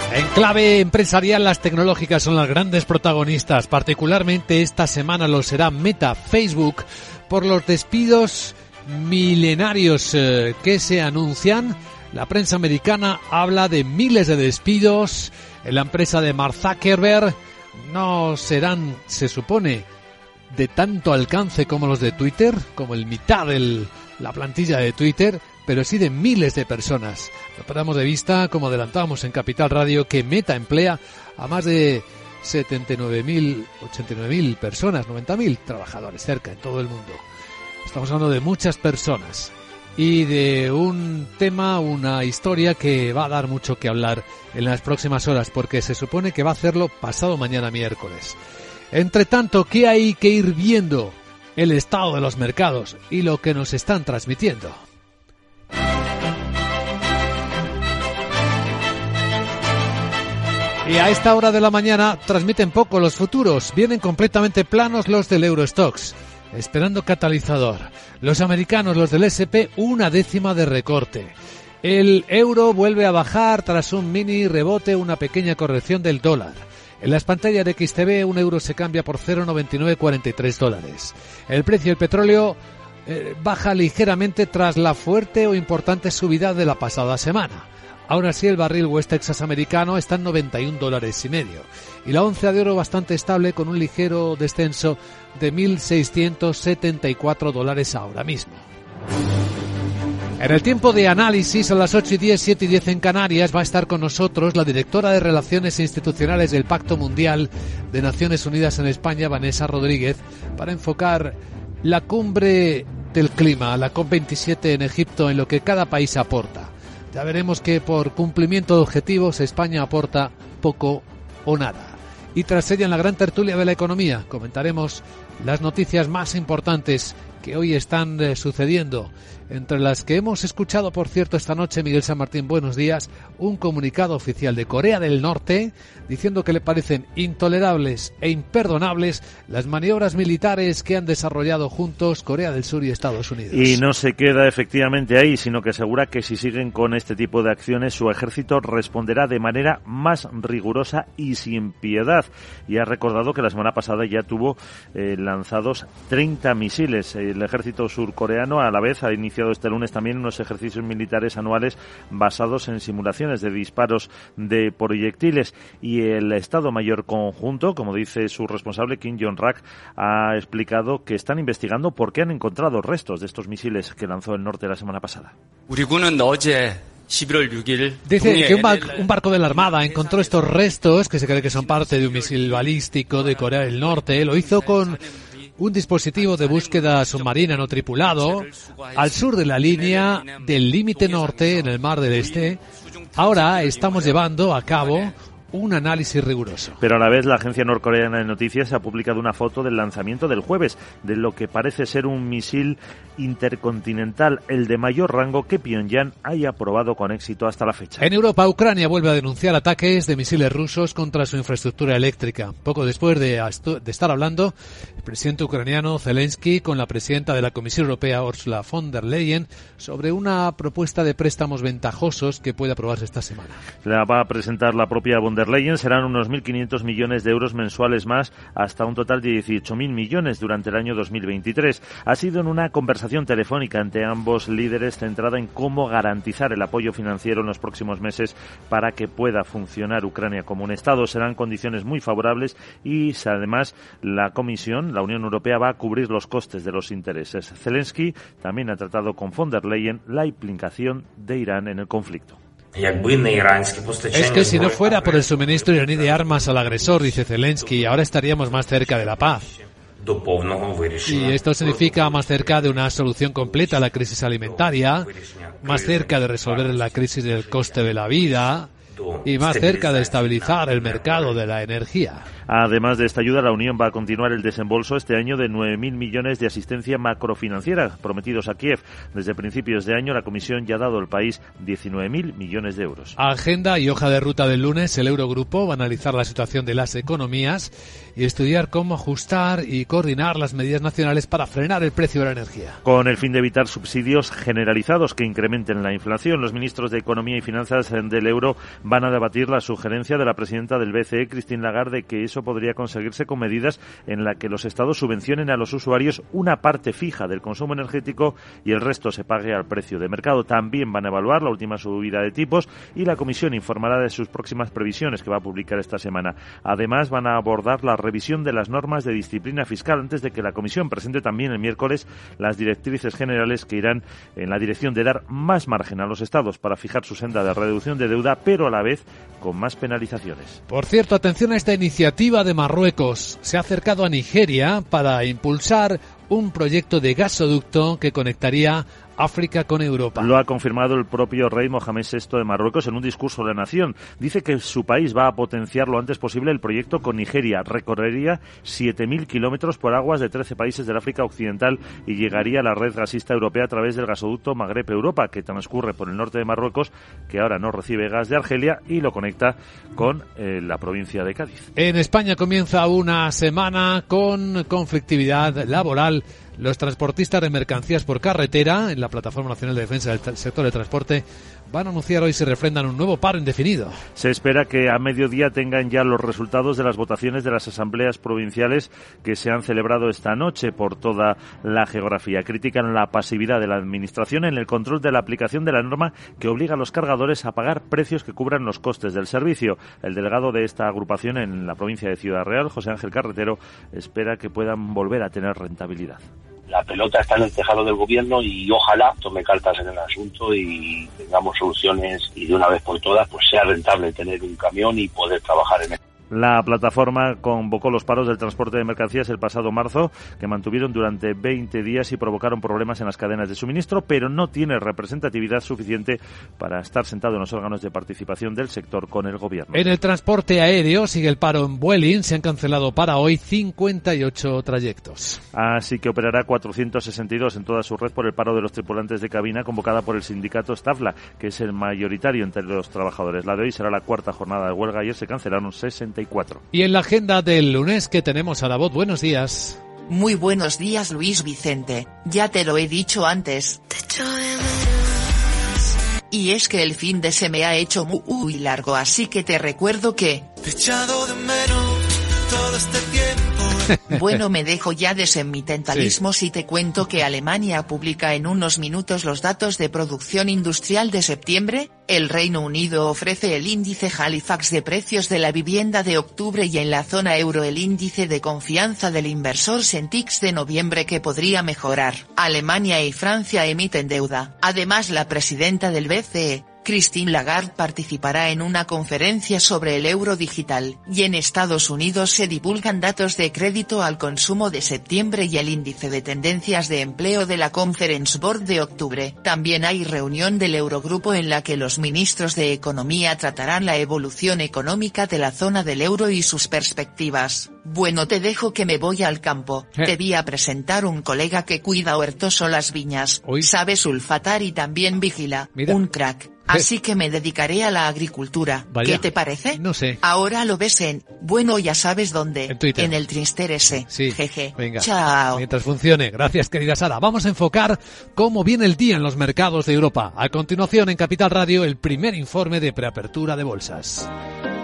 A: En clave empresarial, las tecnológicas son las grandes protagonistas. Particularmente esta semana lo será Meta, Facebook, por los despidos milenarios eh, que se anuncian. La prensa americana habla de miles de despidos. En la empresa de Mark Zuckerberg no serán, se supone, de tanto alcance como los de Twitter, como el mitad de la plantilla de Twitter, pero sí de miles de personas. No perdamos de vista, como adelantábamos en Capital Radio, que Meta emplea a más de setenta y nueve mil, ochenta y nueve mil personas, noventa mil trabajadores cerca en todo el mundo. Estamos hablando de muchas personas y de un tema, una historia que va a dar mucho que hablar en las próximas horas, porque se supone que va a hacerlo pasado mañana miércoles. Entre tanto, ¿qué hay que ir viendo? El estado de los mercados y lo que nos están transmitiendo. Y a esta hora de la mañana transmiten poco los futuros. Vienen completamente planos los del Eurostoxx, esperando catalizador. Los americanos, los del ese and pe, una décima de recorte. El euro vuelve a bajar tras un mini rebote, una pequeña corrección del dólar. En las pantallas de X T V, un euro se cambia por cero coma noventa y nueve cuarenta y tres dólares. El precio del petróleo eh, baja ligeramente tras la fuerte o importante subida de la pasada semana. Ahora sí, el barril West Texas americano está en noventa y un dólares y medio. Y la onza de oro bastante estable con un ligero descenso de mil seiscientos setenta y cuatro dólares ahora mismo. En el tiempo de análisis, a las ocho y diez, siete y diez en Canarias, va a estar con nosotros la directora de Relaciones Institucionales del Pacto Mundial de Naciones Unidas en España, Vanessa Rodríguez, para enfocar la cumbre del clima, la COP veintisiete en Egipto, en lo que cada país aporta. Ya veremos que por cumplimiento de objetivos España aporta poco o nada. Y tras ella, en la gran tertulia de la economía, comentaremos las noticias más importantes que hoy están eh, sucediendo, entre las que hemos escuchado, por cierto, esta noche. Miguel San Martín, buenos días, un comunicado oficial de Corea del Norte diciendo que le parecen intolerables e imperdonables las maniobras militares que han desarrollado juntos Corea del Sur y Estados Unidos.
C: Y no se queda efectivamente ahí, sino que asegura que si siguen con este tipo de acciones, su ejército responderá de manera más rigurosa y sin piedad. Y ha recordado que la semana pasada ya tuvo eh, lanzados treinta misiles. El ejército surcoreano a la vez ha iniciado este lunes también unos ejercicios militares anuales basados en simulaciones de disparos de proyectiles, y el Estado Mayor Conjunto, como dice su responsable Kim Jong-rak, ha explicado que están investigando por qué han encontrado restos de estos misiles que lanzó el norte la semana pasada.
A: Dice que un, bar- un barco de la Armada encontró estos restos, que se cree que son parte de un misil balístico de Corea del Norte. Lo hizo con un dispositivo de búsqueda submarina no tripulado al sur de la línea del límite norte, en el Mar del Este. Ahora estamos llevando a cabo un análisis riguroso.
C: Pero a la vez, la agencia norcoreana de noticias ha publicado una foto del lanzamiento del jueves de lo que parece ser un misil intercontinental, el de mayor rango que Pyongyang haya probado con éxito hasta la fecha.
A: En Europa, Ucrania vuelve a denunciar ataques de misiles rusos contra su infraestructura eléctrica. Poco después de, de estar hablando el presidente ucraniano Zelensky con la presidenta de la Comisión Europea, Ursula von der Leyen, sobre una propuesta de préstamos ventajosos que puede aprobarse esta semana.
C: La va a presentar la propia von der Leyen. Serán unos mil quinientos millones de euros mensuales más, hasta un total de dieciocho mil millones durante el año dos mil veintitrés. Ha sido en una conversación telefónica entre ambos líderes centrada en cómo garantizar el apoyo financiero en los próximos meses para que pueda funcionar Ucrania como un Estado. Serán condiciones muy favorables y además la Comisión, la Unión Europea, va a cubrir los costes de los intereses. Zelensky también ha tratado con von der Leyen la implicación de Irán en el conflicto.
A: Es que si no fuera por el suministro iraní de armas al agresor, dice Zelensky, ahora estaríamos más cerca de la paz. Y esto significa más cerca de una solución completa a la crisis alimentaria, más cerca de resolver la crisis del coste de la vida y más cerca de estabilizar el mercado de la energía.
C: Además de esta ayuda, la Unión va a continuar el desembolso este año de nueve mil millones de asistencia macrofinanciera prometidos a Kiev. Desde principios de año, la Comisión ya ha dado al país diecinueve mil millones de euros.
A: Agenda y hoja de ruta del lunes. El Eurogrupo va a analizar la situación de las economías y estudiar cómo ajustar y coordinar las medidas nacionales para frenar el precio de la energía.
C: Con el fin de evitar subsidios generalizados que incrementen la inflación, los ministros de Economía y Finanzas del Euro van a debatir la sugerencia de la presidenta del B C E, Christine Lagarde, de que eso podría conseguirse con medidas en las que los estados subvencionen a los usuarios una parte fija del consumo energético y el resto se pague al precio de mercado. También van a evaluar la última subida de tipos y la Comisión informará de sus próximas previsiones que va a publicar esta semana. Además, van a abordar la revisión de las normas de disciplina fiscal antes de que la Comisión presente también el miércoles las directrices generales que irán en la dirección de dar más margen a los estados para fijar su senda de reducción de deuda, pero a la vez con más penalizaciones.
A: Por cierto, atención a esta iniciativa de Marruecos. Se ha acercado a Nigeria para impulsar un proyecto de gasoducto que conectaría África con Europa.
C: Lo ha confirmado el propio rey Mohamed sexto de Marruecos en un discurso de la nación. Dice que su país va a potenciar lo antes posible el proyecto con Nigeria. Recorrería siete mil kilómetros por aguas de trece países del África Occidental y llegaría a la red gasista europea a través del gasoducto Magreb-Europa, que transcurre por el norte de Marruecos, que ahora no recibe gas de Argelia y lo conecta con eh, la provincia de Cádiz.
A: En España comienza una semana con conflictividad laboral. Los transportistas de mercancías por carretera en la Plataforma Nacional de Defensa del Sector de Transporte van a anunciar hoy si refrendan un nuevo paro indefinido.
C: Se espera que a mediodía tengan ya los resultados de las votaciones de las asambleas provinciales que se han celebrado esta noche por toda la geografía. Critican la pasividad de la Administración en el control de la aplicación de la norma que obliga a los cargadores a pagar precios que cubran los costes del servicio. El delegado de esta agrupación en la provincia de Ciudad Real, José Ángel Carretero, espera que puedan volver a tener rentabilidad.
D: La pelota está en el tejado del gobierno y ojalá tome cartas en el asunto y tengamos soluciones y de una vez por todas pues sea rentable tener un camión y poder trabajar en él.
C: La plataforma convocó los paros del transporte de mercancías el pasado marzo, que mantuvieron durante veinte días y provocaron problemas en las cadenas de suministro, pero no tiene representatividad suficiente para estar sentado en los órganos de participación del sector con el gobierno.
A: En el transporte aéreo sigue el paro en Vueling. Se han cancelado para hoy cincuenta y ocho trayectos.
C: Así que operará cuatrocientos sesenta y dos en toda su red por el paro de los tripulantes de cabina convocada por el sindicato Stafla, que es el mayoritario entre los trabajadores. La de hoy será la cuarta jornada de huelga. Ayer se cancelaron sesenta y cuatro.
A: Y en la agenda del lunes que tenemos a la voz. Buenos días.
E: Muy buenos días, Luis Vicente. Ya te lo he dicho antes. Te echo de menos. Y es que el fin de se me ha hecho muy largo, así que te recuerdo que te he echado de menos todo este tiempo. Bueno, me dejo ya de sentimentalismos sí. Y te cuento que Alemania publica en unos minutos los datos de producción industrial de septiembre. El Reino Unido ofrece el índice Halifax de precios de la vivienda de octubre y en la zona euro el índice de confianza del inversor Sentix de noviembre que podría mejorar. Alemania y Francia emiten deuda. Además, la presidenta del B C E, Christine Lagarde, participará en una conferencia sobre el euro digital, y en Estados Unidos se divulgan datos de crédito al consumo de septiembre y el índice de tendencias de empleo de la Conference Board de octubre. También hay reunión del Eurogrupo en la que los ministros de Economía tratarán la evolución económica de la zona del euro y sus perspectivas. Bueno, te dejo que me voy al campo. ¿Eh? Te vi a presentar un colega que cuida huertos o las viñas. Hoy sabe sulfatar y también vigila. Mira. Un crack. Así que me dedicaré a la agricultura. Vaya. ¿Qué te parece?
A: No sé.
E: Ahora lo ves en, bueno, ya sabes dónde.
A: En Twitter.
E: En el Twister ese.
A: Sí.
E: Jeje.
A: Venga.
E: Chao.
A: Mientras funcione. Gracias, querida Sara. Vamos a enfocar cómo viene el día en los mercados de Europa. A continuación, en Capital Radio, el primer informe de preapertura de bolsas.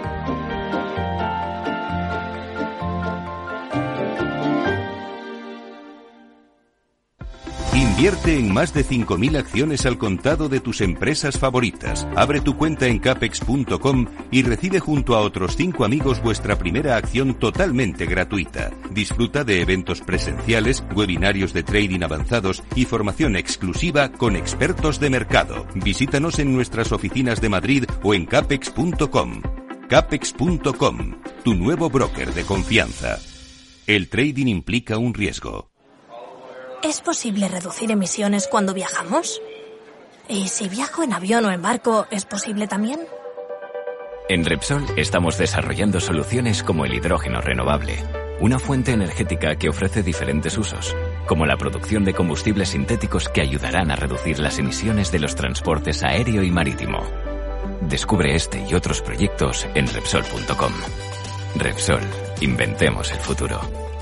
B: Invierte en más de cinco mil acciones al contado de tus empresas favoritas. Abre tu cuenta en capex punto com y recibe junto a otros cinco amigos vuestra primera acción totalmente gratuita. Disfruta de eventos presenciales, webinarios de trading avanzados y formación exclusiva con expertos de mercado. Visítanos en nuestras oficinas de Madrid o en capex punto com. capex punto com, tu nuevo broker de confianza. El trading implica un riesgo.
N: ¿Es posible reducir emisiones cuando viajamos? ¿Y si viajo en avión o en barco, es posible también?
O: En Repsol estamos desarrollando soluciones como el hidrógeno renovable, una fuente energética que ofrece diferentes usos, como la producción de combustibles sintéticos que ayudarán a reducir las emisiones de los transportes aéreo y marítimo. Descubre este y otros proyectos en Repsol punto com. Repsol, inventemos el futuro.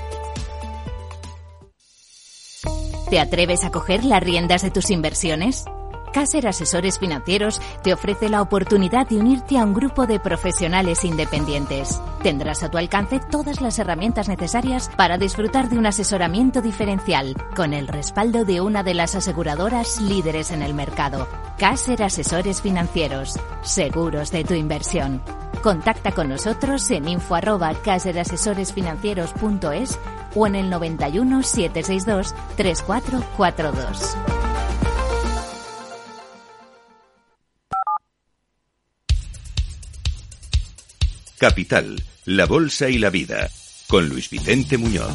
F: ¿Te atreves a coger las riendas de tus inversiones? Caser Asesores Financieros te ofrece la oportunidad de unirte a un grupo de profesionales independientes. Tendrás a tu alcance todas las herramientas necesarias para disfrutar de un asesoramiento diferencial, con el respaldo de una de las aseguradoras líderes en el mercado. Caser Asesores Financieros, seguros de tu inversión. Contacta con nosotros en info arroba caserasesoresfinancieros punto es o en el noventa y uno, setecientos sesenta y dos, treinta y cuatro cuarenta y dos.
B: Capital, la bolsa y la vida, con Luis Vicente Muñoz.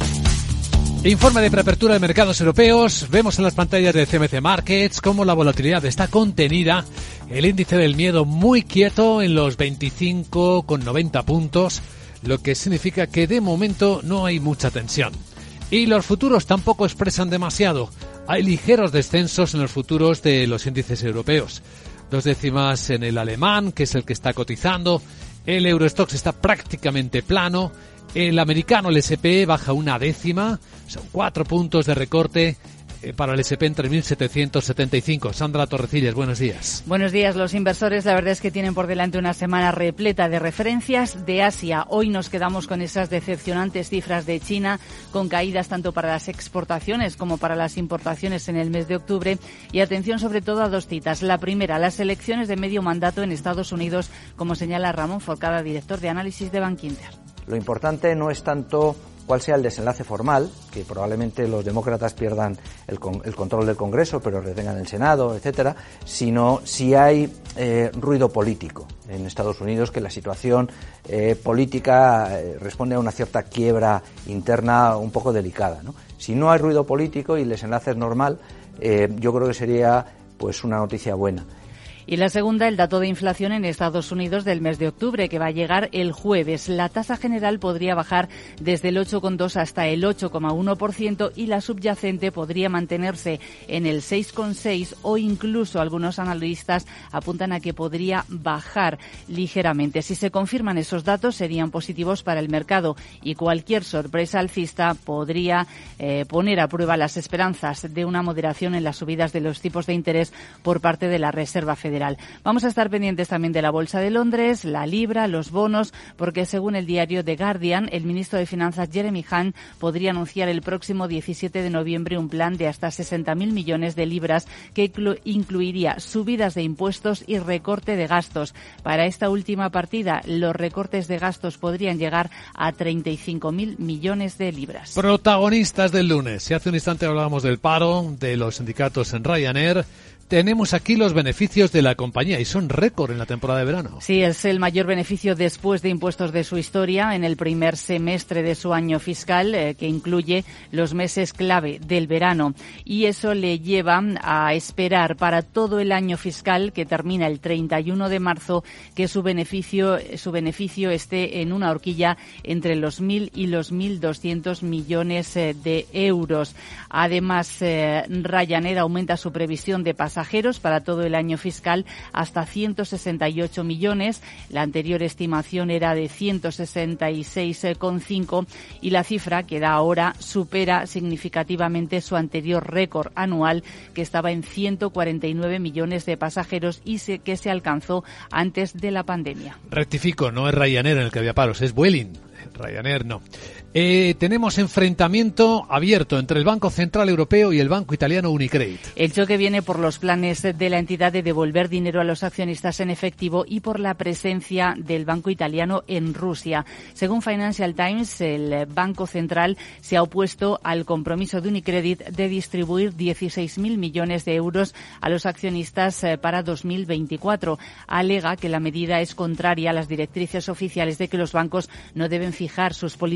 A: Informe de preapertura de mercados europeos. Vemos en las pantallas de C M C Markets cómo la volatilidad está contenida. El índice del miedo muy quieto en los veinticinco coma noventa puntos, lo que significa que de momento no hay mucha tensión. Y los futuros tampoco expresan demasiado. Hay ligeros descensos en los futuros de los índices europeos. Dos décimas en el alemán, que es el que está cotizando. El Eurostoxx está prácticamente plano. El americano, el ese and pe, baja una décima. Son cuatro puntos de recorte eh, para el ese and pe en tres mil setecientos setenta y cinco. Sandra Torrecillas, buenos días.
I: Buenos días. Los inversores, la verdad es que tienen por delante una semana repleta de referencias de Asia. Hoy nos quedamos con esas decepcionantes cifras de China, con caídas tanto para las exportaciones como para las importaciones en el mes de octubre. Y atención sobre todo a dos citas. La primera, las elecciones de medio mandato en Estados Unidos, como señala Ramón Forcada, director de análisis de Bankinter.
P: Lo importante no es tanto cuál sea el desenlace formal, que probablemente los demócratas pierdan el, con, el control del Congreso, pero retengan el Senado, etcétera, sino si hay eh, ruido político en Estados Unidos, que la situación eh, política eh, responde a una cierta quiebra interna un poco delicada, ¿no? Si no hay ruido político y el desenlace es normal, eh, yo creo que sería pues una noticia buena.
I: Y la segunda, el dato de inflación en Estados Unidos del mes de octubre, que va a llegar el jueves. La tasa general podría bajar desde el ocho coma dos hasta el ocho coma uno por ciento y la subyacente podría mantenerse en el seis coma seis o incluso algunos analistas apuntan a que podría bajar ligeramente. Si se confirman esos datos, serían positivos para el mercado y cualquier sorpresa alcista podría eh, poner a prueba las esperanzas de una moderación en las subidas de los tipos de interés por parte de la Reserva Federal. Vamos a estar pendientes también de la Bolsa de Londres, la libra, los bonos, porque según el diario The Guardian, el ministro de Finanzas Jeremy Hunt podría anunciar el próximo diecisiete de noviembre un plan de hasta sesenta mil millones de libras que incluiría subidas de impuestos y recorte de gastos. Para esta última partida, los recortes de gastos podrían llegar a treinta y cinco mil millones de libras.
A: Protagonistas del lunes. Si hace un instante hablábamos del paro, de los sindicatos en Ryanair, tenemos aquí los beneficios de la compañía y son récord en la temporada de verano.
I: Sí, es el mayor beneficio después de impuestos de su historia en el primer semestre de su año fiscal, eh, que incluye los meses clave del verano. Y eso le lleva a esperar para todo el año fiscal, que termina el treinta y uno de marzo, que su beneficio, su beneficio esté en una horquilla entre los mil y los mil doscientos millones eh, de euros. Además, eh, Ryanair aumenta su previsión de pasajeros para todo el año fiscal hasta ciento sesenta y ocho millones. La anterior estimación era de ciento sesenta y seis coma cinco y la cifra que da ahora supera significativamente su anterior récord anual, que estaba en ciento cuarenta y nueve millones de pasajeros y se, que se alcanzó antes de la pandemia.
A: Rectifico, no es Ryanair en el que había paros, es Vueling. Ryanair no. Eh, tenemos enfrentamiento abierto entre el Banco Central Europeo y el banco italiano Unicredit.
I: El choque viene por los planes de la entidad de devolver dinero a los accionistas en efectivo y por la presencia del banco italiano en Rusia. Según Financial Times, el Banco Central se ha opuesto al compromiso de Unicredit de distribuir dieciséis mil millones de euros a los accionistas para dos mil veinticuatro. Alega que la medida es contraria a las directrices oficiales de que los bancos no deben fijar sus políticas de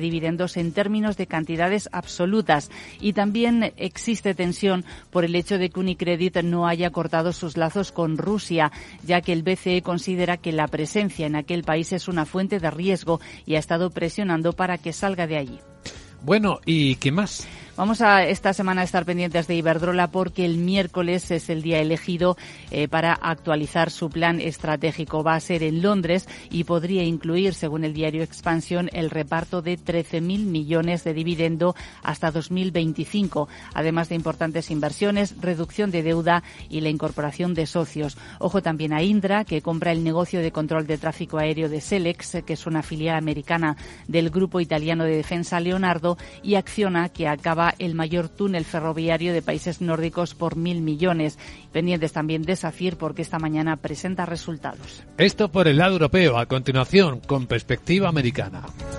I: dividendos en términos de cantidades absolutas. Y también existe tensión por el hecho de que Unicredit no haya cortado sus lazos con Rusia, ya que el B C E considera que la presencia en aquel país es una fuente de riesgo y ha estado presionando para que salga de allí.
A: Bueno, ¿y qué más?
I: Vamos a esta semana a estar pendientes de Iberdrola porque el miércoles es el día elegido eh, para actualizar su plan estratégico. Va a ser en Londres y podría incluir, según el diario Expansión, el reparto de trece mil millones de dividendo hasta dos mil veinticinco, además de importantes inversiones, reducción de deuda y la incorporación de socios. Ojo también a Indra, que compra el negocio de control de tráfico aéreo de Selex, que es una filial americana del grupo italiano de defensa Leonardo, y Acciona, que acaba el mayor túnel ferroviario de países nórdicos por mil millones. Pendientes también de SACIR porque esta mañana presenta resultados.
A: Esto por el lado europeo. A continuación, con perspectiva americana.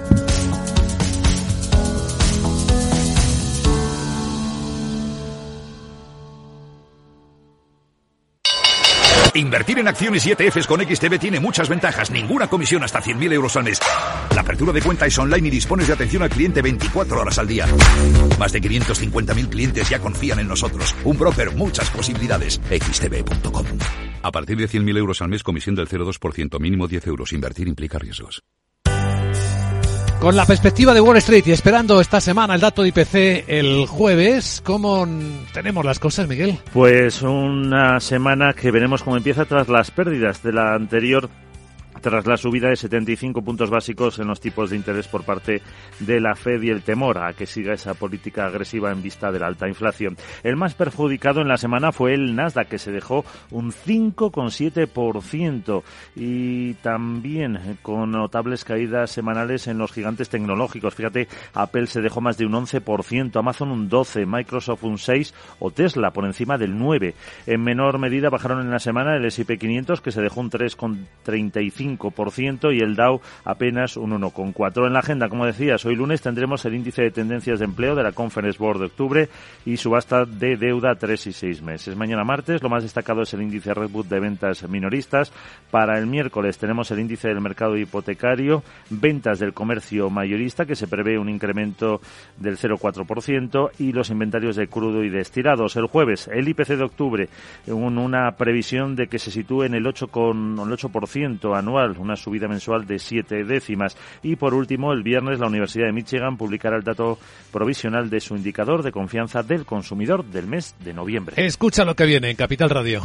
Q: Invertir en acciones y E T Fs con X T B tiene muchas ventajas. Ninguna comisión hasta cien mil euros al mes. La apertura de cuenta es online y dispones de atención al cliente veinticuatro horas al día. Más de quinientos cincuenta mil clientes ya confían en nosotros. Un broker, muchas posibilidades. equis te be punto com.
R: A partir de cien mil euros al mes, comisión del cero coma dos por ciento, mínimo diez euros. Invertir implica riesgos.
A: Con la perspectiva de Wall Street y esperando esta semana el dato de I P C el jueves, ¿cómo tenemos las cosas, Miguel?
C: Pues una semana que veremos cómo empieza tras las pérdidas de la anterior, tras la subida de setenta y cinco puntos básicos en los tipos de interés por parte de la Fed y el temor a que siga esa política agresiva en vista de la alta inflación. El más perjudicado en la semana fue el Nasdaq, que se dejó un cinco coma siete por ciento, y también con notables caídas semanales en los gigantes tecnológicos. Fíjate, Apple se dejó más de un once por ciento, Amazon un doce por ciento, Microsoft un seis por ciento o Tesla por encima del nueve por ciento. En menor medida bajaron en la semana el ese y pe quinientos, que se dejó un tres coma treinta y cinco por ciento, y el Dow apenas un uno coma cuatro por ciento. En la agenda, como decías, hoy lunes tendremos el índice de tendencias de empleo de la Conference Board de octubre y subasta de deuda a tres y seis meses. Mañana martes lo más destacado es el índice Redbook de ventas minoristas. Para el miércoles tenemos el índice del mercado hipotecario, ventas del comercio mayorista, que se prevé un incremento del cero coma cuatro por ciento, y los inventarios de crudo y destilados. El jueves el I P C de octubre, un, una previsión de que se sitúe en el ocho por ciento anual, una subida mensual de siete décimas. Y por último, el viernes la Universidad de Michigan publicará el dato provisional de su indicador de confianza del consumidor del mes de noviembre.
A: Escucha lo que viene en Capital Radio.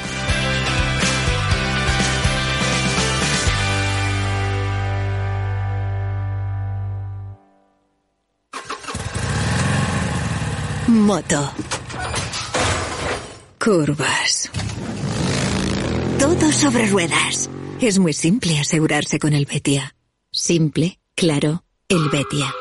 S: Moto. Curvas. Todo sobre ruedas. Es muy simple asegurarse con el Betia. Simple, claro, el Betia.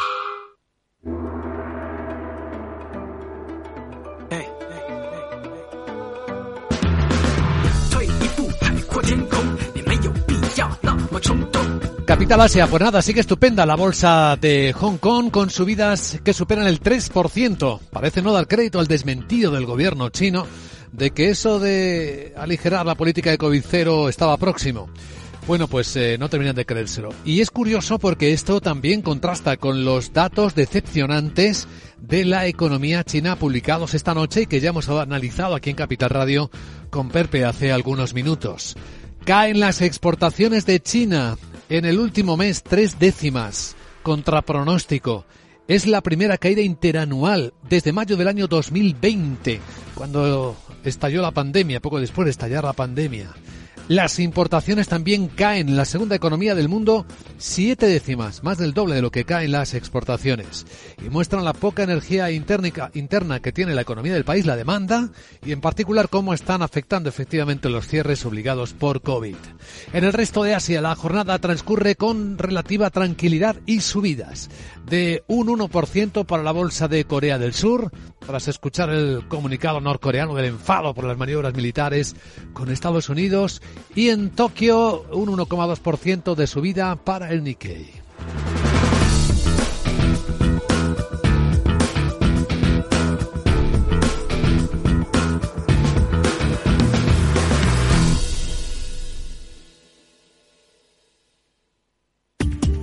A: Capital Asia, pues nada, sigue estupenda la bolsa de Hong Kong con subidas que superan el tres por ciento. Parece no dar crédito al desmentido del gobierno chino de que eso de aligerar la política de COVID cero estaba próximo. Bueno, pues eh, no terminan de creérselo. Y es curioso porque esto también contrasta con los datos decepcionantes de la economía china publicados esta noche y que ya hemos analizado aquí en Capital Radio con Perpe hace algunos minutos. Caen las exportaciones de China en el último mes tres décimas, contra pronóstico. Es la primera caída interanual desde mayo del año dos mil veinte, cuando estalló la pandemia, poco después de estallar la pandemia. Las importaciones también caen, la segunda economía del mundo, siete décimas, más del doble de lo que caen las exportaciones. Y muestran la poca energía interna, interna que tiene la economía del país, la demanda, y en particular cómo están afectando efectivamente los cierres obligados por COVID. En el resto de Asia, la jornada transcurre con relativa tranquilidad y subidas de un uno por ciento para la bolsa de Corea del Sur, tras escuchar el comunicado norcoreano del enfado por las maniobras militares con Estados Unidos, y en Tokio un uno coma dos por ciento de subida para el Nikkei.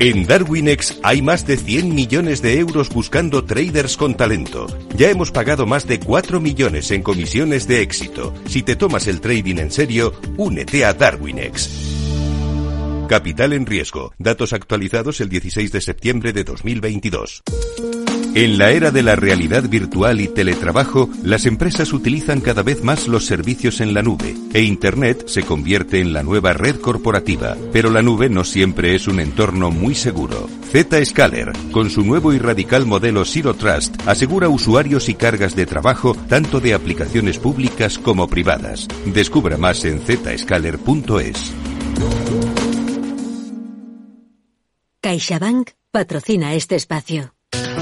B: En Darwinex hay más de cien millones de euros buscando traders con talento. Ya hemos pagado más de cuatro millones en comisiones de éxito. Si te tomas el trading en serio, únete a Darwinex. Capital en riesgo. Datos actualizados el dieciséis de septiembre de dos mil veintidós. En la era de la realidad virtual y teletrabajo, las empresas utilizan cada vez más los servicios en la nube, e Internet se convierte en la nueva red corporativa. Pero la nube no siempre es un entorno muy seguro. Zscaler, con su nuevo y radical modelo Zero Trust, asegura usuarios y cargas de trabajo tanto de aplicaciones públicas como privadas. Descubra más en zscaler punto es.
S: CaixaBank patrocina este espacio.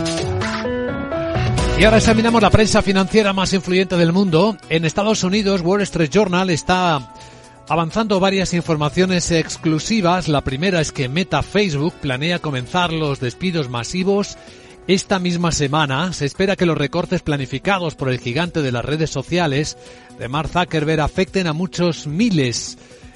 A: Y ahora examinamos la prensa financiera más influyente del mundo. En Estados Unidos, Wall Street Journal está avanzando varias informaciones exclusivas. La primera es que Meta Facebook planea comenzar los despidos masivos esta misma semana. Se espera que los recortes planificados por el gigante de las redes sociales de Mark Zuckerberg afecten a muchos miles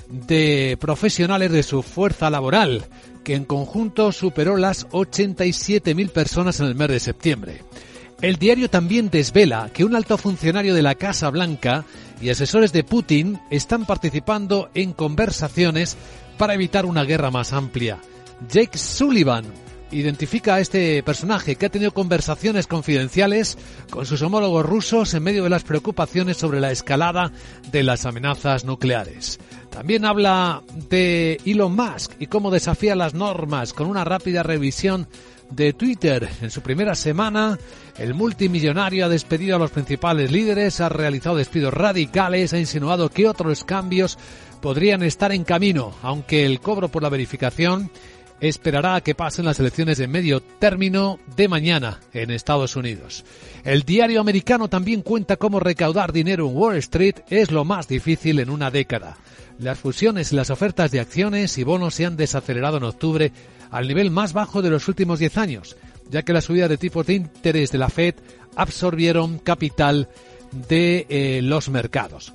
A: de profesionales de su fuerza laboral, que en conjunto superó las ochenta y siete mil personas en el mes de septiembre. El diario también desvela que un alto funcionario de la Casa Blanca y asesores de Putin están participando en conversaciones para evitar una guerra más amplia. Jake Sullivan identifica a este personaje que ha tenido conversaciones confidenciales con sus homólogos rusos en medio de las preocupaciones sobre la escalada de las amenazas nucleares. También habla de Elon Musk y cómo desafía las normas con una rápida revisión de Twitter. En su primera semana, el multimillonario ha despedido a los principales líderes, ha realizado despidos radicales, ha insinuado que otros cambios podrían estar en camino, aunque el cobro por la verificación esperará a que pasen las elecciones de medio término de mañana en Estados Unidos. El diario americano también cuenta cómo recaudar dinero en Wall Street es lo más difícil en una década. Las fusiones y las ofertas de acciones y bonos se han desacelerado en octubre al nivel más bajo de los últimos diez años, ya que las subidas de tipos de interés de la Fed absorbieron capital de eh, los mercados.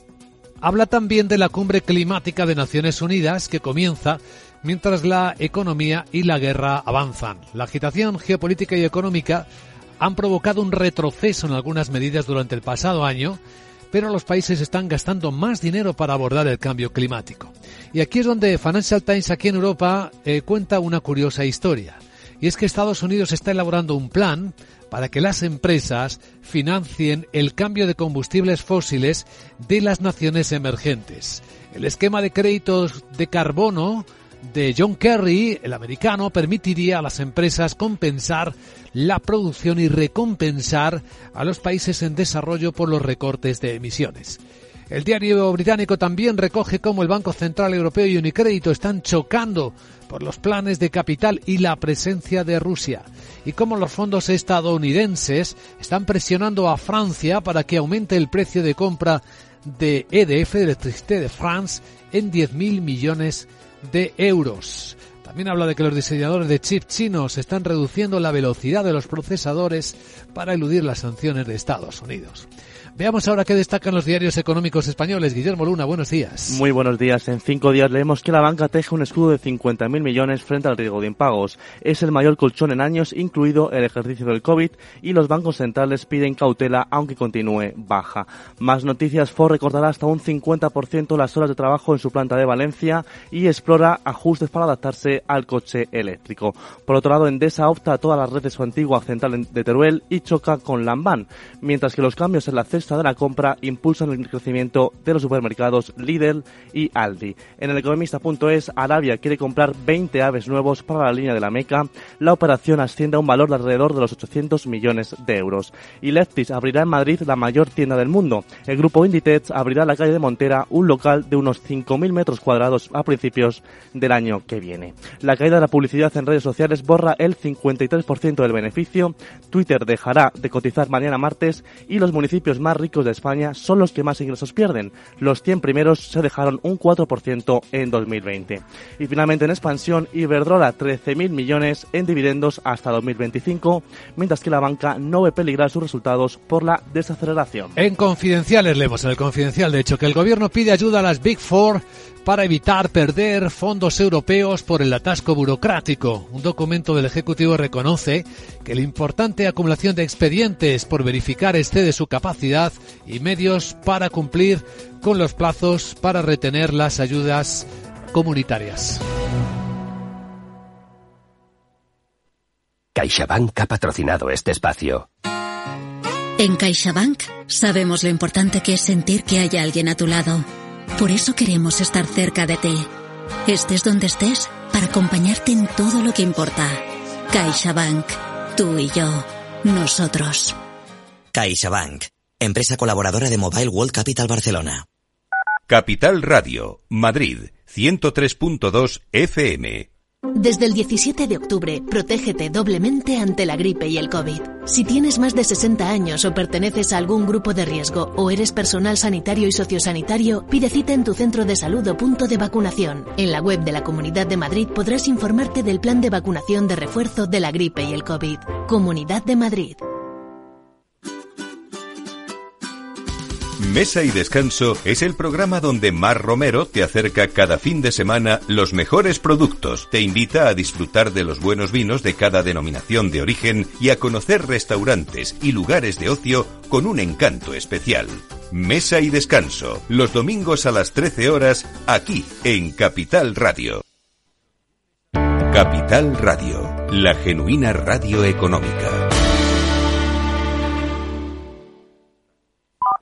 A: Habla también de la cumbre climática de Naciones Unidas que comienza mientras la economía y la guerra avanzan. La agitación geopolítica y económica han provocado un retroceso en algunas medidas durante el pasado año, pero los países están gastando más dinero para abordar el cambio climático. Y aquí es donde Financial Times, aquí en Europa, eh, cuenta una curiosa historia. Y es que Estados Unidos está elaborando un plan para que las empresas financien el cambio de combustibles fósiles de las naciones emergentes. El esquema de créditos de carbono de John Kerry, el americano, permitiría a las empresas compensar la producción y recompensar a los países en desarrollo por los recortes de emisiones. El diario británico también recoge cómo el Banco Central Europeo y Unicrédito están chocando por los planes de capital y la presencia de Rusia, y cómo los fondos estadounidenses están presionando a Francia para que aumente el precio de compra de E D F, de Electricité de France, en diez mil millones de euros. También habla de que los diseñadores de chips chinos están reduciendo la velocidad de los procesadores para eludir las sanciones de Estados Unidos. Veamos ahora qué destacan los diarios económicos españoles. Guillermo Luna, buenos días.
T: Muy buenos días. En cinco días leemos que la banca teje un escudo de cincuenta mil millones frente al riesgo de impagos. Es el mayor colchón en años, incluido el ejercicio del COVID, y los bancos centrales piden cautela aunque continúe baja. Más noticias: Ford recortará hasta un cincuenta por ciento las horas de trabajo en su planta de Valencia y explora ajustes para adaptarse al coche eléctrico. Por otro lado, Endesa opta a todas las redes de su antigua central de Teruel y choca con Lamban, mientras que los cambios en la cesta de la compra impulsan el crecimiento de los supermercados Lidl y Aldi. En el economista punto es, Arabia quiere comprar veinte aves nuevos para la línea de la Meca. La operación asciende a un valor de alrededor de los ochocientos millones de euros. Y Lefties abrirá en Madrid la mayor tienda del mundo. El grupo Inditex abrirá en la calle de Montera un local de unos cinco mil metros cuadrados a principios del año que viene. La caída de la publicidad en redes sociales borra el cincuenta y tres por ciento del beneficio. Twitter dejará de cotizar mañana martes y los municipios más ricos de España son los que más ingresos pierden. Los cien primeros se dejaron un cuatro por ciento en dos mil veinte. Y finalmente en expansión, Iberdrola trece mil millones en dividendos hasta dos mil veinticinco, mientras que la banca no ve peligrar sus resultados por la desaceleración.
A: En Confidenciales leemos, en el Confidencial de hecho, que el gobierno pide ayuda a las Big Four para evitar perder fondos europeos por el atasco burocrático. Un documento del Ejecutivo reconoce que la importante acumulación de expedientes por verificar excede su capacidad y medios para cumplir con los plazos para retener las ayudas comunitarias.
U: CaixaBank ha patrocinado este espacio.
V: En CaixaBank sabemos lo importante que es sentir que hay alguien a tu lado. Por eso queremos estar cerca de ti. Estés donde estés, para acompañarte en todo lo que importa. CaixaBank. Tú y yo. Nosotros.
W: CaixaBank. Empresa colaboradora de Mobile World Capital Barcelona.
B: Capital Radio, Madrid, ciento tres punto dos F M.
X: Desde el diecisiete de octubre, protégete doblemente ante la gripe y el COVID. Si tienes más de sesenta años o perteneces a algún grupo de riesgo o eres personal sanitario y sociosanitario, pide cita en tu centro de salud o punto de vacunación. En la web de la Comunidad de Madrid podrás informarte del plan de vacunación de refuerzo de la gripe y el COVID. Comunidad de Madrid.
B: Mesa y Descanso es el programa donde Mar Romero te acerca cada fin de semana los mejores productos, te invita a disfrutar de los buenos vinos de cada denominación de origen y a conocer restaurantes y lugares de ocio con un encanto especial. Mesa y Descanso, los domingos a las trece horas, aquí en Capital Radio. Capital Radio, la genuina radio económica.